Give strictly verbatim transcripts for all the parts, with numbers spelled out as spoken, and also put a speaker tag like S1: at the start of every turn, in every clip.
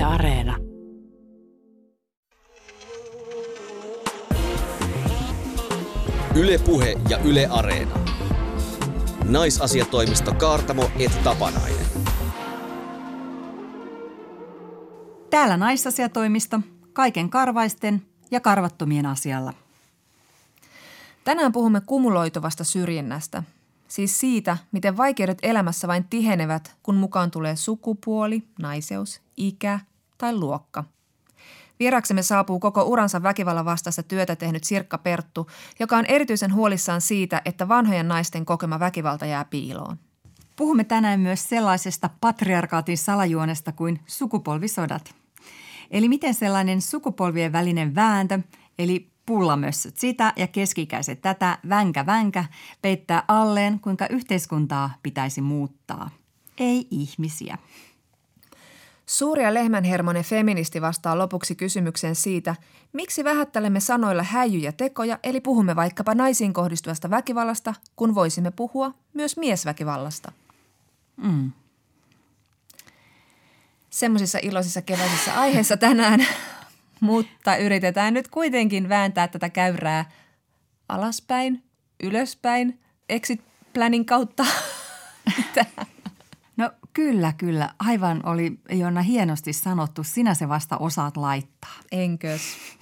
S1: Areena.
S2: Yle Puhe ja Yle Areena. Naisasiatoimisto Kaartamo et Tapanainen.
S3: Täällä Naisasiatoimisto kaiken karvaisten ja karvattomien asialla.
S4: Tänään puhumme kumuloituvasta syrjinnästä. Siis siitä, miten vaikeudet elämässä vain tihenevät, kun mukaan tulee sukupuoli, naiseus, ikä tai luokka. Vieraksemme saapuu koko uransa väkivallan vastaista työtä tehnyt Sirkka Perttu, joka on erityisen huolissaan siitä, että vanhojen naisten kokema väkivalta jää piiloon.
S3: Puhumme tänään myös sellaisesta patriarkaatin salajuonesta kuin sukupolvisodat. Eli miten sellainen sukupolvien välinen vääntö, eli pullamössöt sitä ja keski-ikäiset tätä, vänkä vänkä, peittää alleen, kuinka yhteiskuntaa pitäisi muuttaa. Ei ihmisiä.
S4: Suuri ja lehmänhermonen feministi vastaa lopuksi kysymykseen siitä, miksi vähättelemme sanoilla häijyjä tekoja, eli puhumme vaikkapa naisiin kohdistuvasta väkivallasta, kun voisimme puhua myös miesväkivallasta.
S3: Mm.
S4: Semmoisissa iloisissa keväisissä aiheissa tänään, mutta yritetään nyt kuitenkin vääntää tätä käyrää alaspäin, ylöspäin, exit planning kautta.
S3: No kyllä, kyllä. Aivan oli Jonna hienosti sanottu. Sinä se vasta osaat laittaa.
S4: Enkös?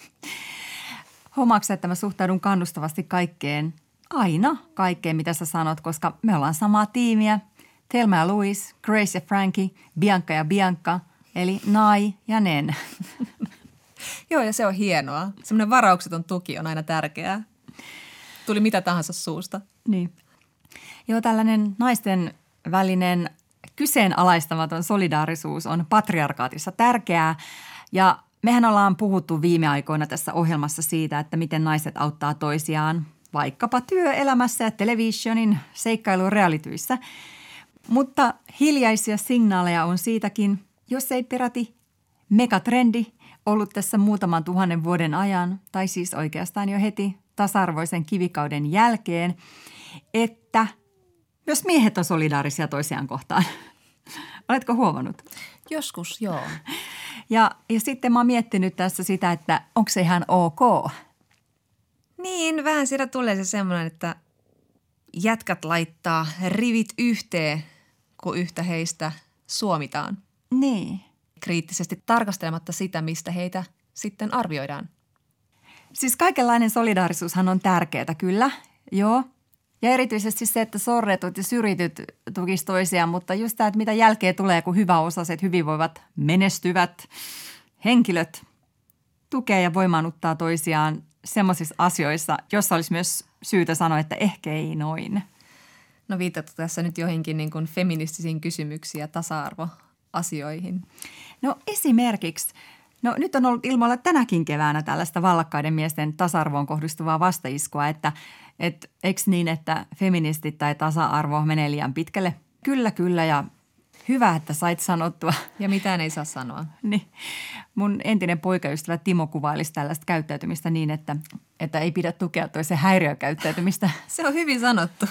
S3: Huomaatko, että mä suhtaudun kannustavasti kaikkeen, aina kaikkeen, mitä sä sanot, koska me ollaan samaa tiimiä. Thelma ja Louise, Grace ja Frankie, Bianca ja Bianca, eli Nai ja Nen.
S4: Joo, ja se on hienoa. Semmoinen varaukseton tuki on aina tärkeää. Tuli mitä tahansa suusta.
S3: Niin. Joo, tällainen naisten välinen kyseenalaistamaton solidaarisuus on patriarkaatissa tärkeää. Ja mehän ollaan puhuttu viime aikoina tässä ohjelmassa siitä, että miten naiset auttaa toisiaan vaikkapa työelämässä ja televisionin seikkailurealityissä. Mutta hiljaisia signaaleja on siitäkin, jos ei peräti megatrendi ollut tässä muutaman tuhannen vuoden ajan, tai siis oikeastaan jo heti tasa-arvoisen kivikauden jälkeen, että myös miehet on solidaarisia toisiaan kohtaan. Oletko huomannut?
S4: Joskus, joo.
S3: Ja, ja sitten mä oon miettinyt tässä sitä, että onko se ihan ok?
S4: Niin, vähän siellä tulee se semmoinen, että jätkät laittaa rivit yhteen, kun yhtä heistä suomitaan.
S3: Niin.
S4: Kriittisesti tarkastelematta sitä, mistä heitä sitten arvioidaan.
S3: Siis kaikenlainen solidaarisuushan on tärkeää, kyllä, joo. Ja erityisesti se, että sorretut ja syrjityt tukis toisiaan, mutta just tämä, että mitä jälkeen tulee, kun hyväosaiset, hyvinvoivat, menestyvät henkilöt tukee ja voimaannuttaa toisiaan semmoisissa asioissa, jossa olisi myös syytä sanoa, että ehkä ei noin.
S4: No viitattu tässä nyt joihinkin niin kuin feministisiin kysymyksiin ja tasa-arvoasioihin.
S3: No esimerkiksi, no nyt on ollut ilmoilla tänäkin keväänä tällaista vallakkaiden miesten tasa-arvoon kohdistuvaa vastaiskua, että et, eikö niin, että feministit tai tasa-arvo menee liian pitkälle? Kyllä, kyllä ja hyvä, että sait sanottua.
S4: Ja mitään ei saa sanoa.
S3: Niin. Mun entinen poikaystävä Timo kuvailisi tällaista käyttäytymistä niin, että, että ei pidä tukea toisen häiriökäyttäytymistä.
S4: Se on hyvin sanottu.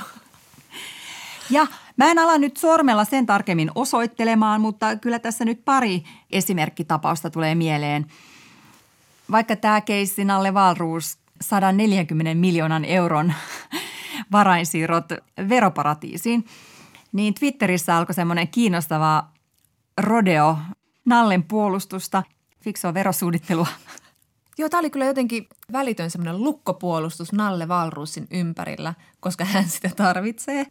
S3: Ja mä en ala nyt sormella sen tarkemmin osoittelemaan, mutta kyllä tässä nyt pari esimerkkitapausta tulee mieleen. Vaikka tämä keissi Nalle Wahlroos sata neljäkymmentä miljoonan euron varainsiirrot veroparatiisiin, niin Twitterissä alkoi semmoinen kiinnostava rodeo Nallen puolustusta, fiksua verosuunnittelua.
S4: Joo, tämä oli kyllä jotenkin välitön semmoinen lukkopuolustus Nalle Wahlroosin ympärillä, koska hän sitä tarvitsee.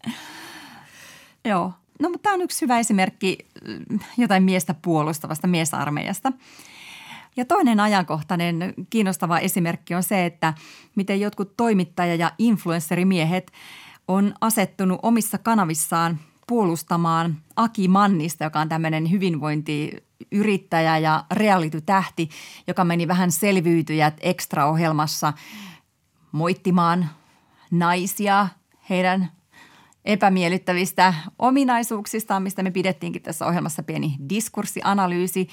S3: Joo, no mutta tämä on yksi hyvä esimerkki jotain miestä puolustavasta miesarmeijasta. Ja toinen ajankohtainen kiinnostava esimerkki on se, että miten jotkut toimittaja- ja influencerimiehet on asettunut omissa kanavissaan puolustamaan Aki Mannista, joka on tämmöinen hyvinvointiyrittäjä ja reality-tähti, joka meni vähän selviytyjät extra-ohjelmassa moittimaan naisia heidän epämiellyttävistä ominaisuuksistaan, mistä me pidettiinkin tässä ohjelmassa pieni diskurssianalyysi.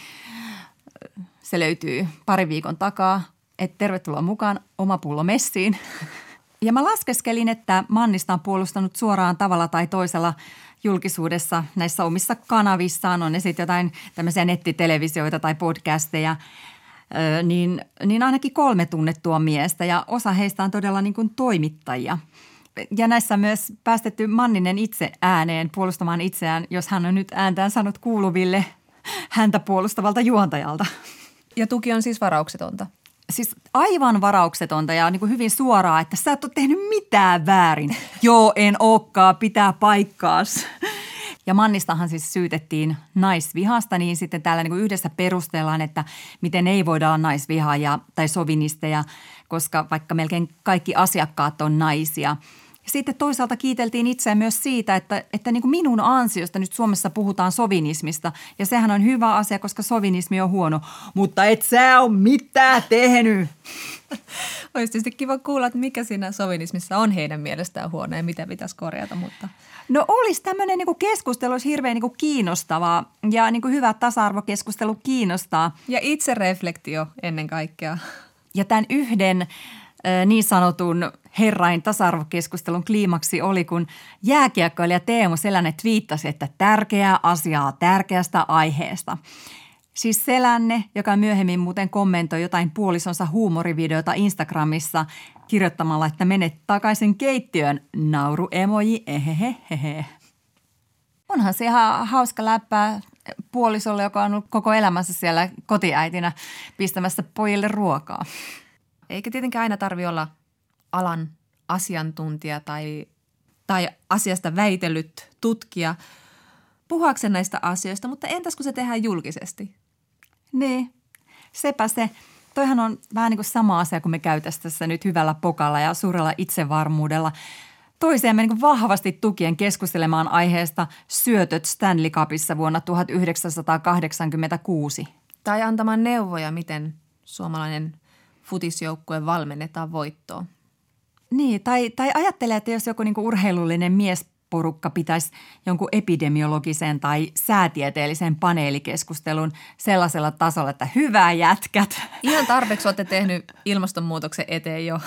S3: Se löytyy pari viikon takaa, että tervetuloa mukaan oma pullo messiin. Ja mä laskeskelin, että Mannista on puolustanut suoraan tavalla tai toisella julkisuudessa näissä omissa kanavissaan, on ne sitten jotain tämmöisiä nettitelevisioita tai podcasteja, niin, niin ainakin kolme tunnettua miestä ja osa heistä on todella niin kuin toimittajia. Ja näissä on myös päästetty Manninen itse ääneen puolustamaan itseään, jos hän on nyt ääntään saanut kuuluville häntä puolustavalta juontajalta.
S4: Ja tuki on siis varauksetonta.
S3: Siis aivan varauksetonta ja niin kuin hyvin suoraa, että sä et ole tehnyt mitään väärin. Joo, en olekaan, pitää paikkaas. Ja Mannistahan siis syytettiin naisvihasta, niin sitten täällä niin kuin yhdessä perustellaan, että miten ei voida olla naisvihaajia tai sovinisteja, koska vaikka melkein kaikki asiakkaat on naisia. Sitten toisaalta kiiteltiin itseään myös siitä, että, että niin kuin minun ansiosta nyt Suomessa puhutaan sovinismista. Ja sehän on hyvä asia, koska sovinismi on huono. Mutta et sä ole mitään tehnyt.
S4: Olisi tietysti kiva kuulla, että mikä siinä sovinismissa on heidän mielestään huono ja mitä pitäisi korjata. Mutta...
S3: No olisi tämmöinen niin kuin keskustelu, olisi hirveän niin kuin kiinnostavaa ja niin kuin hyvä tasa-arvokeskustelu kiinnostaa.
S4: Ja itsereflektio ennen kaikkea.
S3: Ja tämän yhden niin sanotun herrain tasa-arvokeskustelun kliimaksi oli, kun jääkiekkoilija Teemu Selänne twiittasi, että tärkeää asiaa tärkeästä aiheesta. Siis Selänne, joka myöhemmin muuten kommentoi jotain puolisonsa huumorivideota Instagramissa kirjoittamalla, että menet takaisin keittiöön, nauru-emoji, ehehehehe. Onhan se ihan hauska läppää puolisolle, joka on ollut koko elämänsä siellä kotiäitinä pistämässä pojille ruokaa.
S4: Eikä tietenkään aina tarvitse olla alan asiantuntija tai, tai asiasta väitellyt tutkija puhuakseen näistä asioista, mutta entäs kun se tehdään julkisesti?
S3: Niin, sepä se. Toihan on vähän niin kuin sama asia, kun me käytäisiin tässä nyt hyvällä pokalla ja suurella itsevarmuudella. Toisiamme niin kuin vahvasti tukien keskustelemaan aiheesta syötöt Stanley Cupissa vuonna tuhatyhdeksänsataakahdeksankymmentäkuusi.
S4: Tai antamaan neuvoja, miten suomalainen futisjoukkue valmennetaan voittoon.
S3: Niin, tai, tai ajattelee, että jos joku niinku urheilullinen miesporukka pitäisi jonkun epidemiologisen tai säätieteellisen paneelikeskustelun sellaisella tasolla, että hyvää jätkät.
S4: Ihan tarpeeksi olette tehnyt ilmastonmuutoksen eteen jo.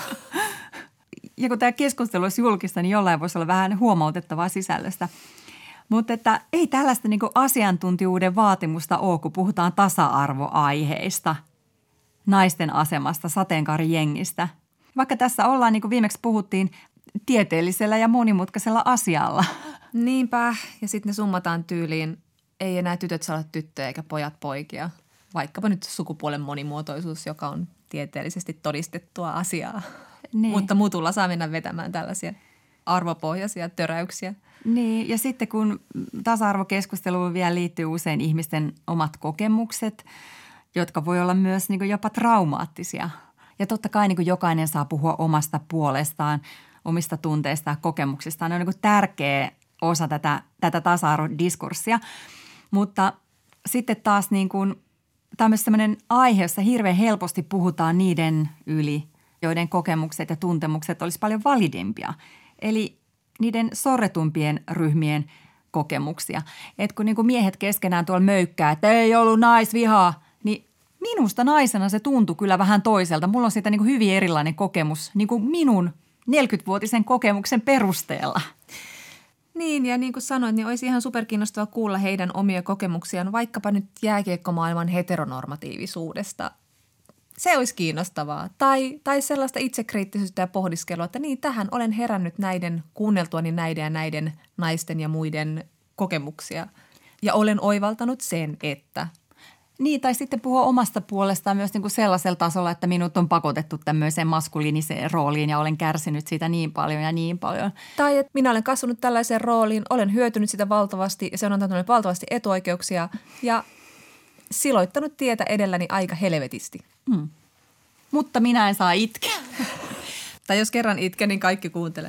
S3: Ja kun tämä keskustelu olisi julkista, niin jollain voisi olla vähän huomautettavaa sisällöstä. Mutta että ei tällaista niinku asiantuntijuuden vaatimusta ole, kun puhutaan tasa-arvoaiheista, naisten asemasta, sateenkaarijengistä. Vaikka tässä ollaan, niin kuin viimeksi puhuttiin, tieteellisellä ja monimutkaisella asialla.
S4: Niinpä, ja sitten ne summataan tyyliin, ei enää tytöt saa olla tyttöjä eikä pojat poikia. Vaikkapa nyt sukupuolen monimuotoisuus, joka on tieteellisesti todistettua asiaa. Niin. Mutta mutulla saa mennä vetämään tällaisia arvopohjaisia töräyksiä.
S3: Niin, ja sitten kun tasa-arvokeskusteluun vielä liittyy usein ihmisten omat kokemukset, jotka voi olla myös niin kuin jopa traumaattisia. Ja totta kai niin kuin jokainen saa puhua omasta puolestaan, omista tunteista ja kokemuksistaan. Ne on niin kuin tärkeä osa tätä, tätä tasa-arvodiskurssia. Mutta sitten taas niin kuin, tämä on myös sellainen aihe, jossa hirveän helposti puhutaan niiden yli, joiden kokemukset ja tuntemukset olisi paljon validimpia. Eli niiden sorretumpien ryhmien kokemuksia. Että kun niin kuin miehet keskenään tuolla möykkää, että ei ollut naisvihaa, niin minusta naisena se tuntui kyllä vähän toiselta. Mulla on siitä niin kuin hyvin erilainen kokemus niin kuin minun neljäkymmenvuotisen kokemuksen perusteella.
S4: Niin, ja niin kuin sanoit, niin olisi ihan superkiinnostavaa kuulla heidän omia kokemuksiaan vaikkapa nyt jääkiekkomaailman heteronormatiivisuudesta. Se olisi kiinnostavaa. Tai, tai sellaista itsekriittisyyttä ja pohdiskelua, että niin, tähän olen herännyt näiden, kuunneltuani näiden ja näiden naisten ja muiden kokemuksia. Ja olen oivaltanut sen, että...
S3: Niin, tai sitten puhua omasta puolestaan myös niin kuin sellaisella tasolla, että minut on pakotettu tämmöiseen maskuliiniseen rooliin ja olen kärsinyt siitä niin paljon ja niin paljon.
S4: Tai että minä olen kasvanut tällaiseen rooliin, olen hyötynyt sitä valtavasti ja se on antanut valtavasti etuoikeuksia ja siloittanut tietä edelläni aika helvetisti.
S3: Hmm. Mutta minä en saa itkeä.
S4: Tai jos kerran itke, niin kaikki kuuntelee.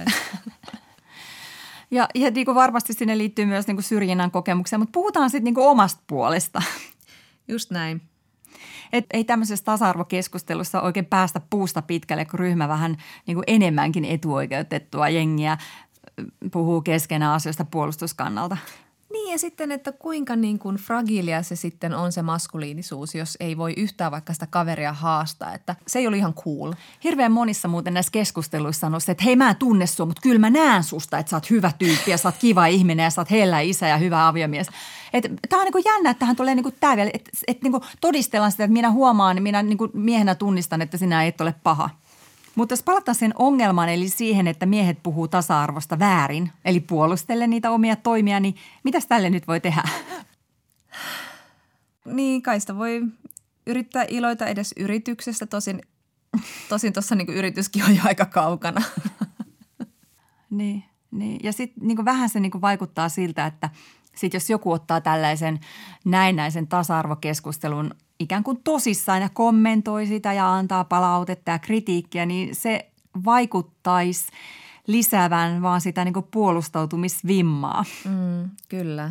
S3: ja ja niin kuin varmasti sinne liittyy myös niin kuin syrjinnän kokemuksia, mutta puhutaan sitten niin kuin omasta puolesta.
S4: Just näin.
S3: Et ei tämmöisessä tasa-arvokeskustelussa oikein päästä puusta pitkälle, kun ryhmä vähän niin kuin enemmänkin etuoikeutettua jengiä puhuu keskenään asioista puolustuskannalta.
S4: Niin ja sitten, että kuinka niin kuin fragiilia se sitten on se maskuliinisuus, jos ei voi yhtään vaikka sitä kaveria haastaa, että se ei ole ihan cool.
S3: Hirveän monissa muuten näissä keskusteluissa on se, että hei mä en tunne sua, mutta kyllä mä näen susta, että sä oot hyvä tyyppi ja sä oot kiva ihminen ja sä oot hellä isä ja hyvä aviomies. Tämä on niinku jännä, että tähän tulee niinku tää vielä, että et niinku todistellaan sitä, että minä huomaan, minä niinku miehenä tunnistan, että sinä et ole paha. Mutta jos palataan sen ongelmaan, eli siihen, että miehet puhuu tasa-arvosta väärin, eli puolustellen niitä omia toimia, niin mitäs tälle nyt voi tehdä?
S4: Niin, kai sitä voi yrittää iloita edes yrityksestä, tosin tosin tuossa niinku yrityskin on jo aika kaukana.
S3: Niin, niin. Ja sitten niinku vähän se niinku vaikuttaa siltä, että sit jos joku ottaa tällaisen näennäisen tasa-arvokeskustelun ikään kuin tosissaan ja kommentoi sitä ja antaa palautetta ja kritiikkiä, niin se vaikuttaisi lisäävän vaan sitä niin kuin puolustautumisvimmaa.
S4: Mm, kyllä.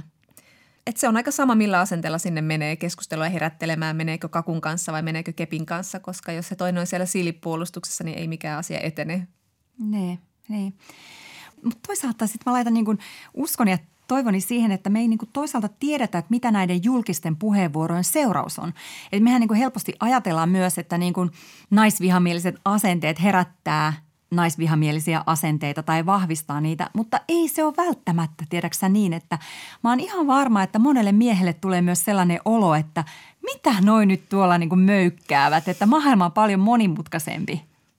S4: Et se on aika sama, millä asenteella sinne menee keskustelua herättelemään, meneekö kakun kanssa vai meneekö kepin kanssa, koska jos se toinen on siellä siilipuolustuksessa, niin ei mikään asia etene.
S3: Niin, niin. Mutta toisaalta sitten mä laitan niin kuin uskon ja toivoni siihen, että me ei niin kuin toisaalta tiedetä, että mitä näiden julkisten puheenvuorojen seuraus on. Eli mehän niin kuin helposti ajatellaan myös, että niin kuin naisvihamieliset asenteet herättää naisvihamielisiä asenteita tai vahvistaa niitä, mutta ei se ole välttämättä, tiedäksä niin, että mä oon ihan varma, että monelle miehelle tulee myös sellainen olo, että mitä noi nyt tuolla niin kuin möykkäävät, että maailma on paljon monimutkaisempi.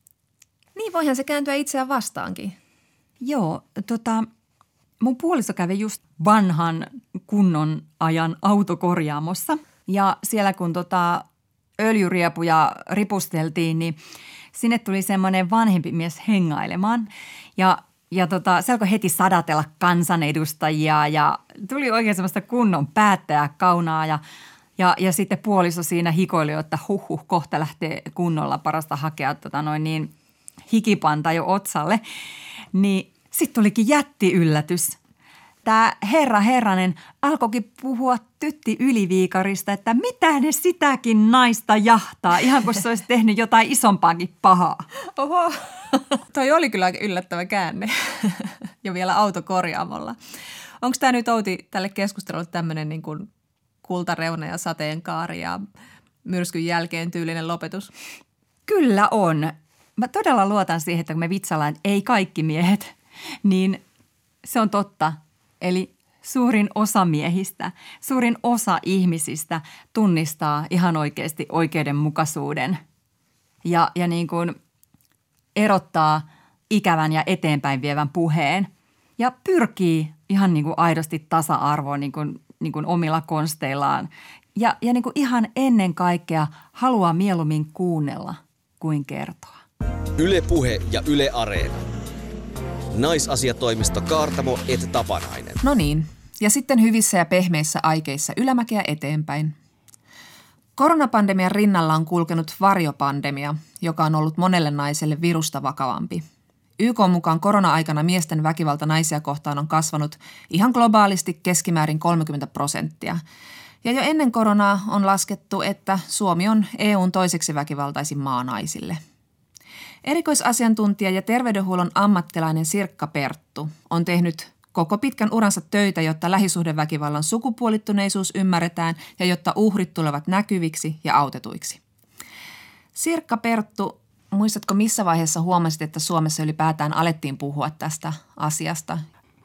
S4: Niin voihan se kääntyä itseään vastaankin.
S3: Joo, tota... Mun puoliso kävi just vanhan kunnon ajan autokorjaamossa ja siellä kun tota öljyriepuja ripusteltiin, niin sinne tuli semmoinen vanhempi mies hengailemaan ja, ja tota, se alkoi heti sadatella kansanedustajia ja tuli oikein semmoista kunnon päättäjää kaunaa ja, ja, ja sitten puoliso siinä hikoili, että huh huh, kohta lähtee kunnolla, parasta hakea tota noin niin hikipanta jo otsalle, niin sitten tulikin jätti yllätys. Tämä herra herranen alkoikin puhua tytti yliviikarista, että mitä ne sitäkin naista jahtaa, ihan kun se olisi tehnyt jotain isompaakin pahaa.
S4: Oho, toi oli kyllä aika yllättävä käänne ja vielä autokorjaamolla. Onko tämä nyt Outi tälle keskustelulle tämmöinen niin kuin kultareuna ja sateenkaari ja myrskyn jälkeen tyylinen lopetus?
S3: Kyllä on. Mä todella luotan siihen, että kun me vitsaillaan, että ei kaikki miehet, niin se on totta. Eli suurin osa miehistä, suurin osa ihmisistä tunnistaa ihan oikeasti oikeudenmukaisuuden ja, ja niin kuin erottaa ikävän ja eteenpäin vievän puheen ja pyrkii ihan niin kuin aidosti tasa-arvoon niin kuin, niin kuin omilla konsteillaan ja, ja niin kuin ihan ennen kaikkea haluaa mieluummin kuunnella kuin kertoa.
S2: Yle Puhe ja Yle Areena. Naisasiatoimisto Kaartamo et Tapanainen.
S4: No niin, ja sitten hyvissä ja pehmeissä aikeissa ylämäkeä eteenpäin. Koronapandemian rinnalla on kulkenut varjopandemia, joka on ollut monelle naiselle virusta vakavampi. Y K:n mukaan korona-aikana miesten väkivalta naisia kohtaan on kasvanut ihan globaalisti keskimäärin kolmekymmentä prosenttia. Ja jo ennen koronaa on laskettu, että Suomi on E U:n toiseksi väkivaltaisin maa naisille. Erikoisasiantuntija ja terveydenhuollon ammattilainen Sirkka Perttu on tehnyt koko pitkän uransa töitä, jotta lähisuhdeväkivallan sukupuolittuneisuus ymmärretään ja jotta uhrit tulevat näkyviksi ja autetuiksi. Sirkka Perttu, muistatko missä vaiheessa huomasit, että Suomessa ylipäätään alettiin puhua tästä asiasta?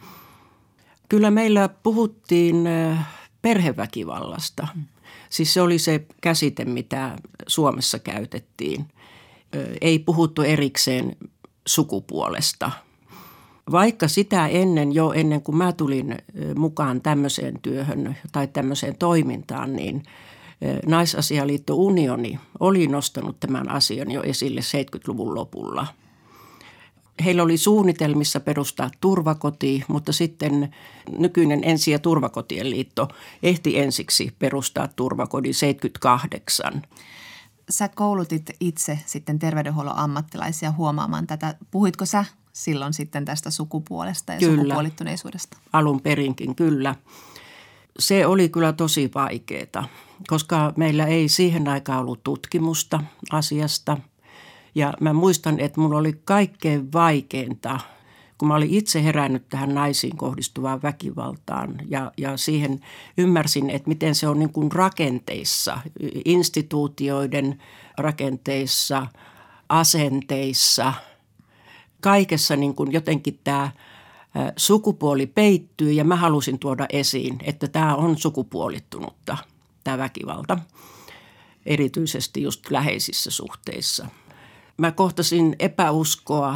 S1: Kyllä meillä puhuttiin perheväkivallasta. Siis se oli se käsite, mitä Suomessa käytettiin. Ei puhuttu erikseen sukupuolesta. Vaikka sitä ennen, jo ennen kuin mä tulin mukaan tämmöiseen työhön tai tämmöiseen toimintaan, niin Naisasialiitto Unioni oli nostanut tämän asian jo esille seitsemänkymmentäluvun lopulla. Heillä oli suunnitelmissa perustaa turvakoti, mutta sitten nykyinen Ensi- ja turvakotien liitto ehti ensiksi perustaa turvakodin seitsemänkymmentäkahdeksan.
S4: Sä koulutit itse sitten terveydenhuollon ammattilaisia huomaamaan tätä. Puhuitko sä silloin sitten tästä sukupuolesta ja
S1: kyllä.
S4: sukupuolittuneisuudesta?
S1: Alun perinkin, kyllä. Se oli kyllä tosi vaikeaa, koska meillä ei siihen aikaan ollut tutkimusta asiasta. Ja mä muistan, että mulla oli kaikkein vaikeinta kun mä olin itse herännyt tähän naisiin kohdistuvaan väkivaltaan ja, ja siihen ymmärsin, että miten se on niin kuin rakenteissa, instituutioiden rakenteissa, asenteissa, kaikessa niin kuin jotenkin tämä sukupuoli peittyy ja mä halusin tuoda esiin, että tämä on sukupuolittunutta, tämä väkivalta, erityisesti just läheisissä suhteissa. Mä kohtasin epäuskoa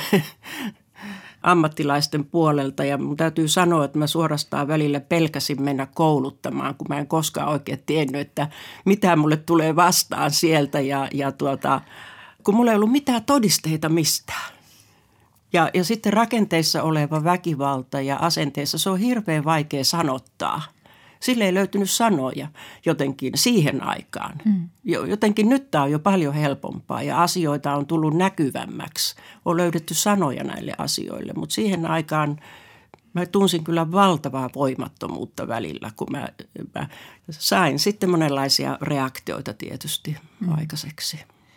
S1: ammattilaisten puolelta ja mun täytyy sanoa, että mä suorastaan välillä pelkäsin mennä kouluttamaan, kun mä en koskaan oikein tiennyt, että mitä mulle tulee vastaan sieltä ja, ja tuota, kun mulla ei ollut mitään todisteita mistään. Ja, ja sitten rakenteissa oleva väkivalta ja asenteissa se on hirveän vaikea sanottaa. Sille ei löytynyt sanoja jotenkin siihen aikaan. Hmm. Jotenkin nyt tämä on jo paljon helpompaa ja asioita on tullut näkyvämmäksi. On löydetty sanoja näille asioille, mutta siihen aikaan mä tunsin kyllä valtavaa voimattomuutta välillä, kun mä, mä sain sitten monenlaisia reaktioita tietysti hmm. aikaiseksi.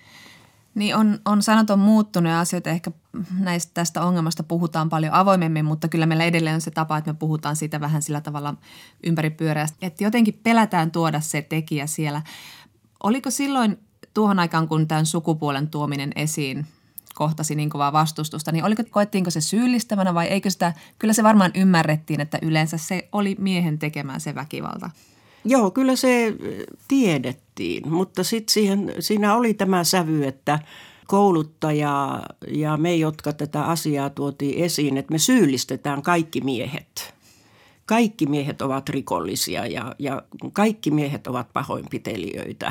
S4: Niin on, on sanaton muuttunut ja asioita ehkä näistä, tästä ongelmasta puhutaan paljon avoimemmin, mutta kyllä meillä edelleen on se tapa, että me puhutaan siitä vähän sillä tavalla ympäripyöreästi, että jotenkin pelätään tuoda se tekijä siellä. Oliko silloin tuohon aikaan, kun tämän sukupuolen tuominen esiin kohtasi niin kovaa vastustusta, niin oliko, koettiinko se syyllistävänä vai eikö sitä, kyllä se varmaan ymmärrettiin, että yleensä se oli miehen tekemään se väkivalta?
S1: Joo, kyllä se tiedettiin, mutta sitten siihen, siinä oli tämä sävy, että kouluttaja ja me, jotka tätä asiaa tuotiin esiin, että me syyllistetään kaikki miehet. Kaikki miehet ovat rikollisia ja, ja kaikki miehet ovat pahoinpitelijöitä.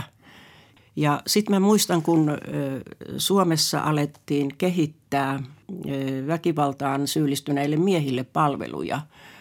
S1: Ja sitten mä muistan, kun Suomessa alettiin kehittää väkivaltaan syyllistyneille miehille palveluja,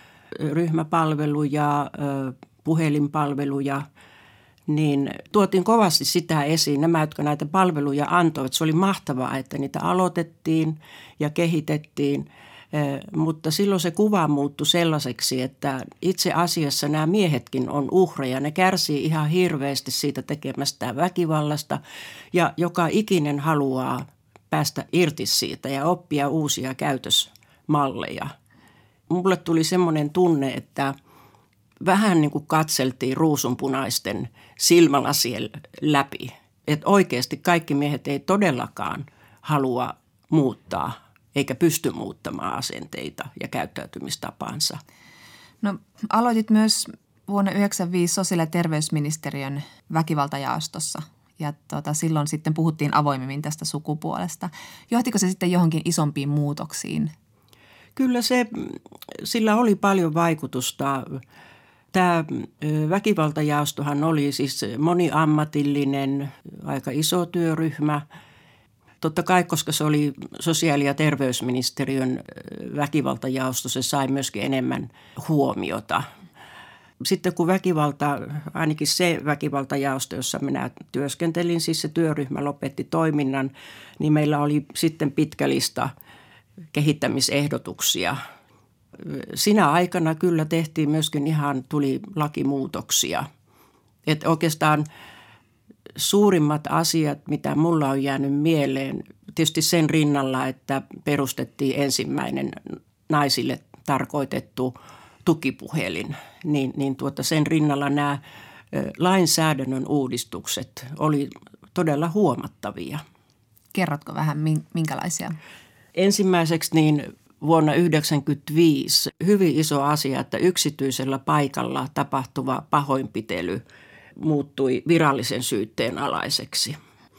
S1: ryhmäpalveluja, puhelinpalveluja, niin tuotiin kovasti sitä esiin. Nämä, jotka näitä palveluja antoivat, se oli mahtavaa, että niitä aloitettiin ja kehitettiin, mutta silloin se kuva muuttui sellaiseksi, että itse asiassa nämä miehetkin on uhreja. Ne kärsii ihan hirveästi siitä tekemästään väkivallasta ja joka ikinen haluaa päästä irti siitä ja oppia uusia käytösmalleja. Mulle tuli semmoinen tunne, että vähän niin kuin katseltiin ruusunpunaisten silmälasien läpi. Että oikeasti kaikki miehet ei todellakaan halua muuttaa eikä pysty muuttamaan asenteita ja käyttäytymistapaansa.
S4: No aloitit myös vuonna yhdeksänkymmentäviisi sosiaali- ja terveysministeriön väkivaltajaostossa ja tuota, silloin sitten puhuttiin avoimemmin tästä sukupuolesta. Johtiko se sitten johonkin isompiin muutoksiin?
S1: Kyllä se, sillä oli paljon vaikutusta. Tämä väkivaltajaostohan oli siis moniammatillinen, aika iso työryhmä. Totta kai, koska se oli sosiaali- ja terveysministeriön väkivaltajaosto, se sai myöskin enemmän huomiota. Sitten kun väkivalta, ainakin se väkivaltajaosto, jossa minä työskentelin, siis se työryhmä lopetti toiminnan, niin meillä oli sitten pitkä lista kehittämisehdotuksia. Sinä aikana kyllä tehtiin myöskin ihan, tuli lakimuutoksia. Että oikeastaan suurimmat asiat, mitä mulla on jäänyt mieleen, tietysti sen rinnalla, että perustettiin ensimmäinen naisille tarkoitettu tukipuhelin, niin, niin tuota sen rinnalla nämä lainsäädännön uudistukset oli todella huomattavia.
S4: Kerrotko vähän minkälaisia?
S1: Ensimmäiseksi niin vuonna yhdeksänkymmentäviisi hyvin iso asia, että yksityisellä paikalla tapahtuva pahoinpitely muuttui virallisen syytteen alaiseksi.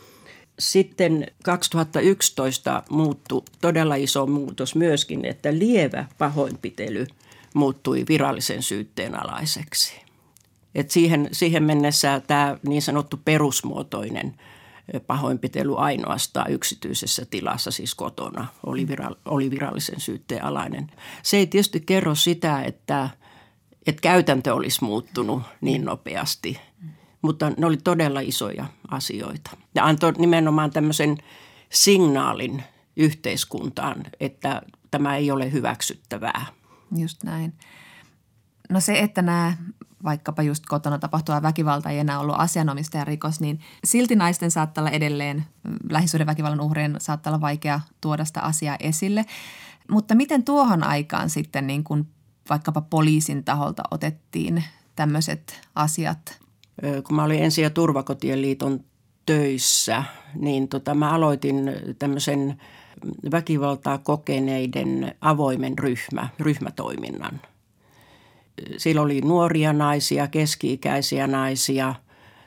S1: Sitten kaksituhattayksitoista muuttui todella iso muutos myöskin, että lievä pahoinpitely muuttui virallisen syytteen alaiseksi. Et siihen, siihen mennessä tämä niin sanottu perusmuotoinen pahoinpitely ainoastaan yksityisessä tilassa, siis kotona, oli, viral, oli virallisen syytteen alainen. Se ei tietysti kerro sitä, että, että käytäntö olisi muuttunut niin nopeasti, mutta ne oli todella isoja asioita. Ja antoi nimenomaan tämmöisen signaalin yhteiskuntaan, että tämä ei ole hyväksyttävää.
S4: Just näin. No se, että nämä vaikkapa just kotona tapahtuva väkivalta ei enää ollut asianomistajan rikos, niin silti naisten saattaa olla edelleen, lähisuhdeväkivallan uhrien saattaa olla vaikea tuoda sitä asiaa esille. Mutta miten tuohon aikaan sitten niin kuin vaikkapa poliisin taholta otettiin tämmöiset asiat?
S1: Kun mä olin Ensi- ja turvakotien liiton töissä, niin tota, mä aloitin tämmöisen väkivaltaa kokeneiden avoimen ryhmä, ryhmätoiminnan. Siellä oli nuoria naisia, keski-ikäisiä naisia,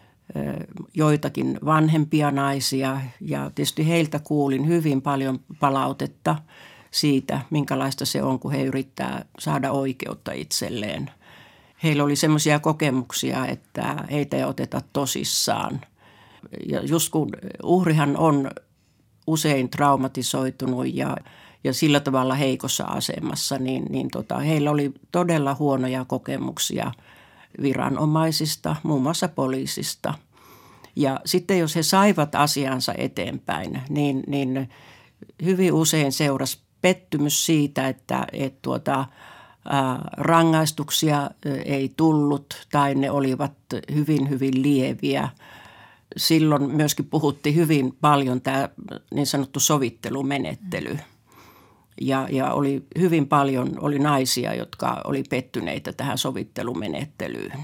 S1: joitakin vanhempia naisia ja tietysti heiltä kuulin hyvin paljon palautetta siitä, minkälaista se on, kun he yrittää saada oikeutta itselleen. Heillä oli semmoisia kokemuksia, että heitä ei oteta tosissaan. Ja just kun uhrihan on usein traumatisoitunut ja, ja sillä tavalla heikossa asemassa, niin, niin tota, heillä oli todella huonoja kokemuksia viranomaisista, muun muassa poliisista. Ja sitten jos he saivat asiansa eteenpäin, niin, niin hyvin usein seurasi pettymys siitä, että et tuota, ää, rangaistuksia ei tullut tai ne olivat hyvin, hyvin lieviä. Silloin myöskin puhuttiin hyvin paljon tämä niin sanottu sovittelumenettely. Ja, ja oli hyvin paljon oli naisia, jotka oli pettyneitä tähän sovittelumenettelyyn.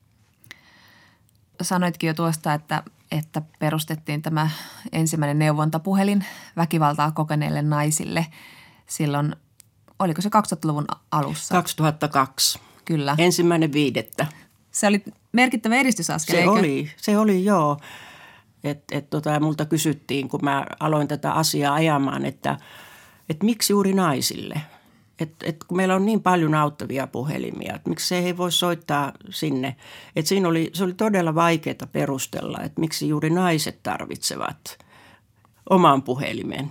S4: Sanoitkin jo tuosta, että, että perustettiin tämä ensimmäinen neuvontapuhelin väkivaltaa kokeneille naisille silloin, oliko se kaksituhattaluvun alussa?
S1: kaksituhattakaksi.
S4: Kyllä.
S1: Ensimmäinen viidettä.
S4: Se oli merkittävä edistysaskel,
S1: Se
S4: eikö?
S1: oli, se oli joo. Et, et tota, multa kysyttiin, kun mä aloin tätä asiaa ajamaan, että et miksi juuri naisille? Et, et kun meillä on niin paljon auttavia puhelimia, että miksi se ei voi soittaa sinne. Et siinä oli, se oli todella vaikeaa perustella, että miksi juuri naiset tarvitsevat oman puhelimen.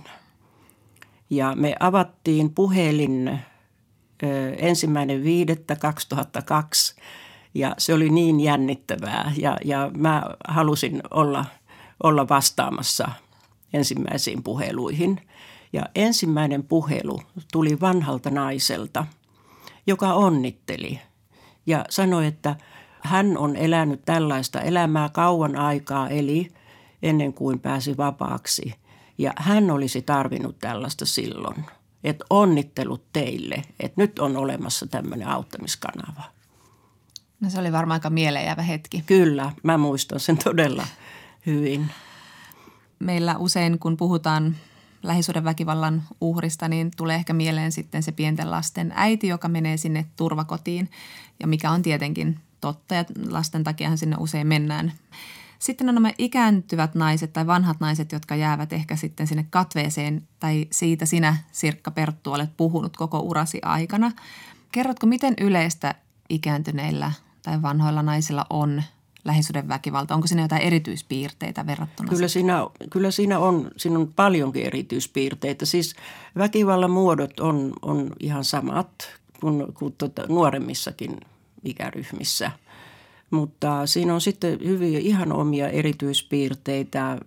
S1: Ja me avattiin puhelin ö, ensimmäinen viidettä kaksituhattakaksi ja se oli niin jännittävää ja, ja mä halusin olla, olla vastaamassa ensimmäisiin puheluihin. Ja ensimmäinen puhelu tuli vanhalta naiselta, joka onnitteli ja sanoi, että hän on elänyt tällaista elämää kauan aikaa, eli ennen kuin pääsi vapaaksi. Ja hän olisi tarvinnut tällaista silloin, että onnittelut teille, että nyt on olemassa tämmöinen auttamiskanava.
S4: No se oli varmaan aika mieleenjäävä hetki.
S1: Kyllä, mä muistan sen todella hyvin.
S4: Meillä usein, kun puhutaan lähisuhdeväkivallan uhrista, niin tulee ehkä mieleen sitten se pienten lasten äiti, joka menee sinne turvakotiin ja mikä on tietenkin totta ja lasten takiahan sinne usein mennään. Sitten on nämä ikääntyvät naiset tai vanhat naiset, jotka jäävät ehkä sitten sinne katveeseen tai siitä sinä, Sirkka Perttu, olet puhunut koko urasi aikana. Kerrotko, miten yleistä ikääntyneillä tai vanhoilla naisilla on lähisuhdeväkivalta? Onko siinä jotain erityispiirteitä verrattuna?
S1: Kyllä siinä, kyllä siinä on, siinä on paljonkin erityispiirteitä. Siis väkivallan muodot on, on ihan samat kuin, kuin tuota, nuoremmissakin ikäryhmissä. Mutta siinä on sitten hyvin ihan omia erityispiirteitä.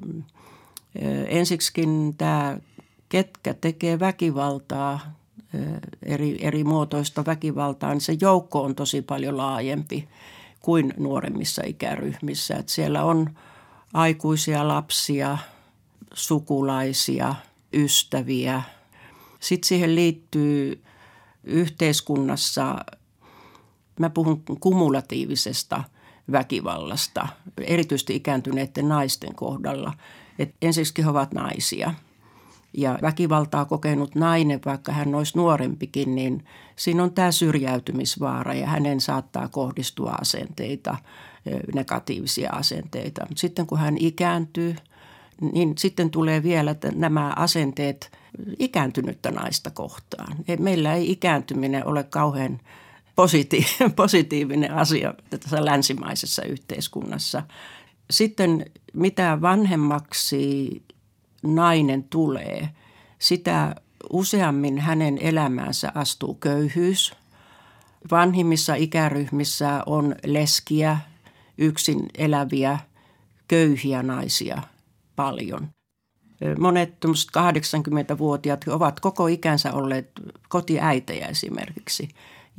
S1: Ensiksikin tämä, ketkä tekee väkivaltaa, eri, eri muotoista väkivaltaa, niin se joukko on tosi paljon laajempi kuin nuoremmissa ikäryhmissä. Että siellä on aikuisia lapsia, sukulaisia, ystäviä. Sitten siihen liittyy yhteiskunnassa, mä puhun kumulatiivisesta väkivallasta, erityisesti ikääntyneiden naisten kohdalla. Et ensiksi he ovat naisia. Ja väkivaltaa kokenut nainen, vaikka hän olisi nuorempikin, niin siinä on tämä syrjäytymisvaara ja hänen saattaa kohdistua asenteita, negatiivisia asenteita. Mutta sitten kun hän ikääntyy, niin sitten tulee vielä nämä asenteet ikääntynyttä naista kohtaan. Meillä ei ikääntyminen ole kauhean positiivinen asia tässä länsimaisessa yhteiskunnassa. Sitten mitä vanhemmaksi nainen tulee, sitä useammin hänen elämäänsä astuu köyhyys. Vanhimmissa ikäryhmissä on leskiä, yksin eläviä, köyhiä naisia paljon. Monet kahdeksankymmentävuotiaat ovat koko ikänsä olleet kotiäitejä esimerkiksi. Ja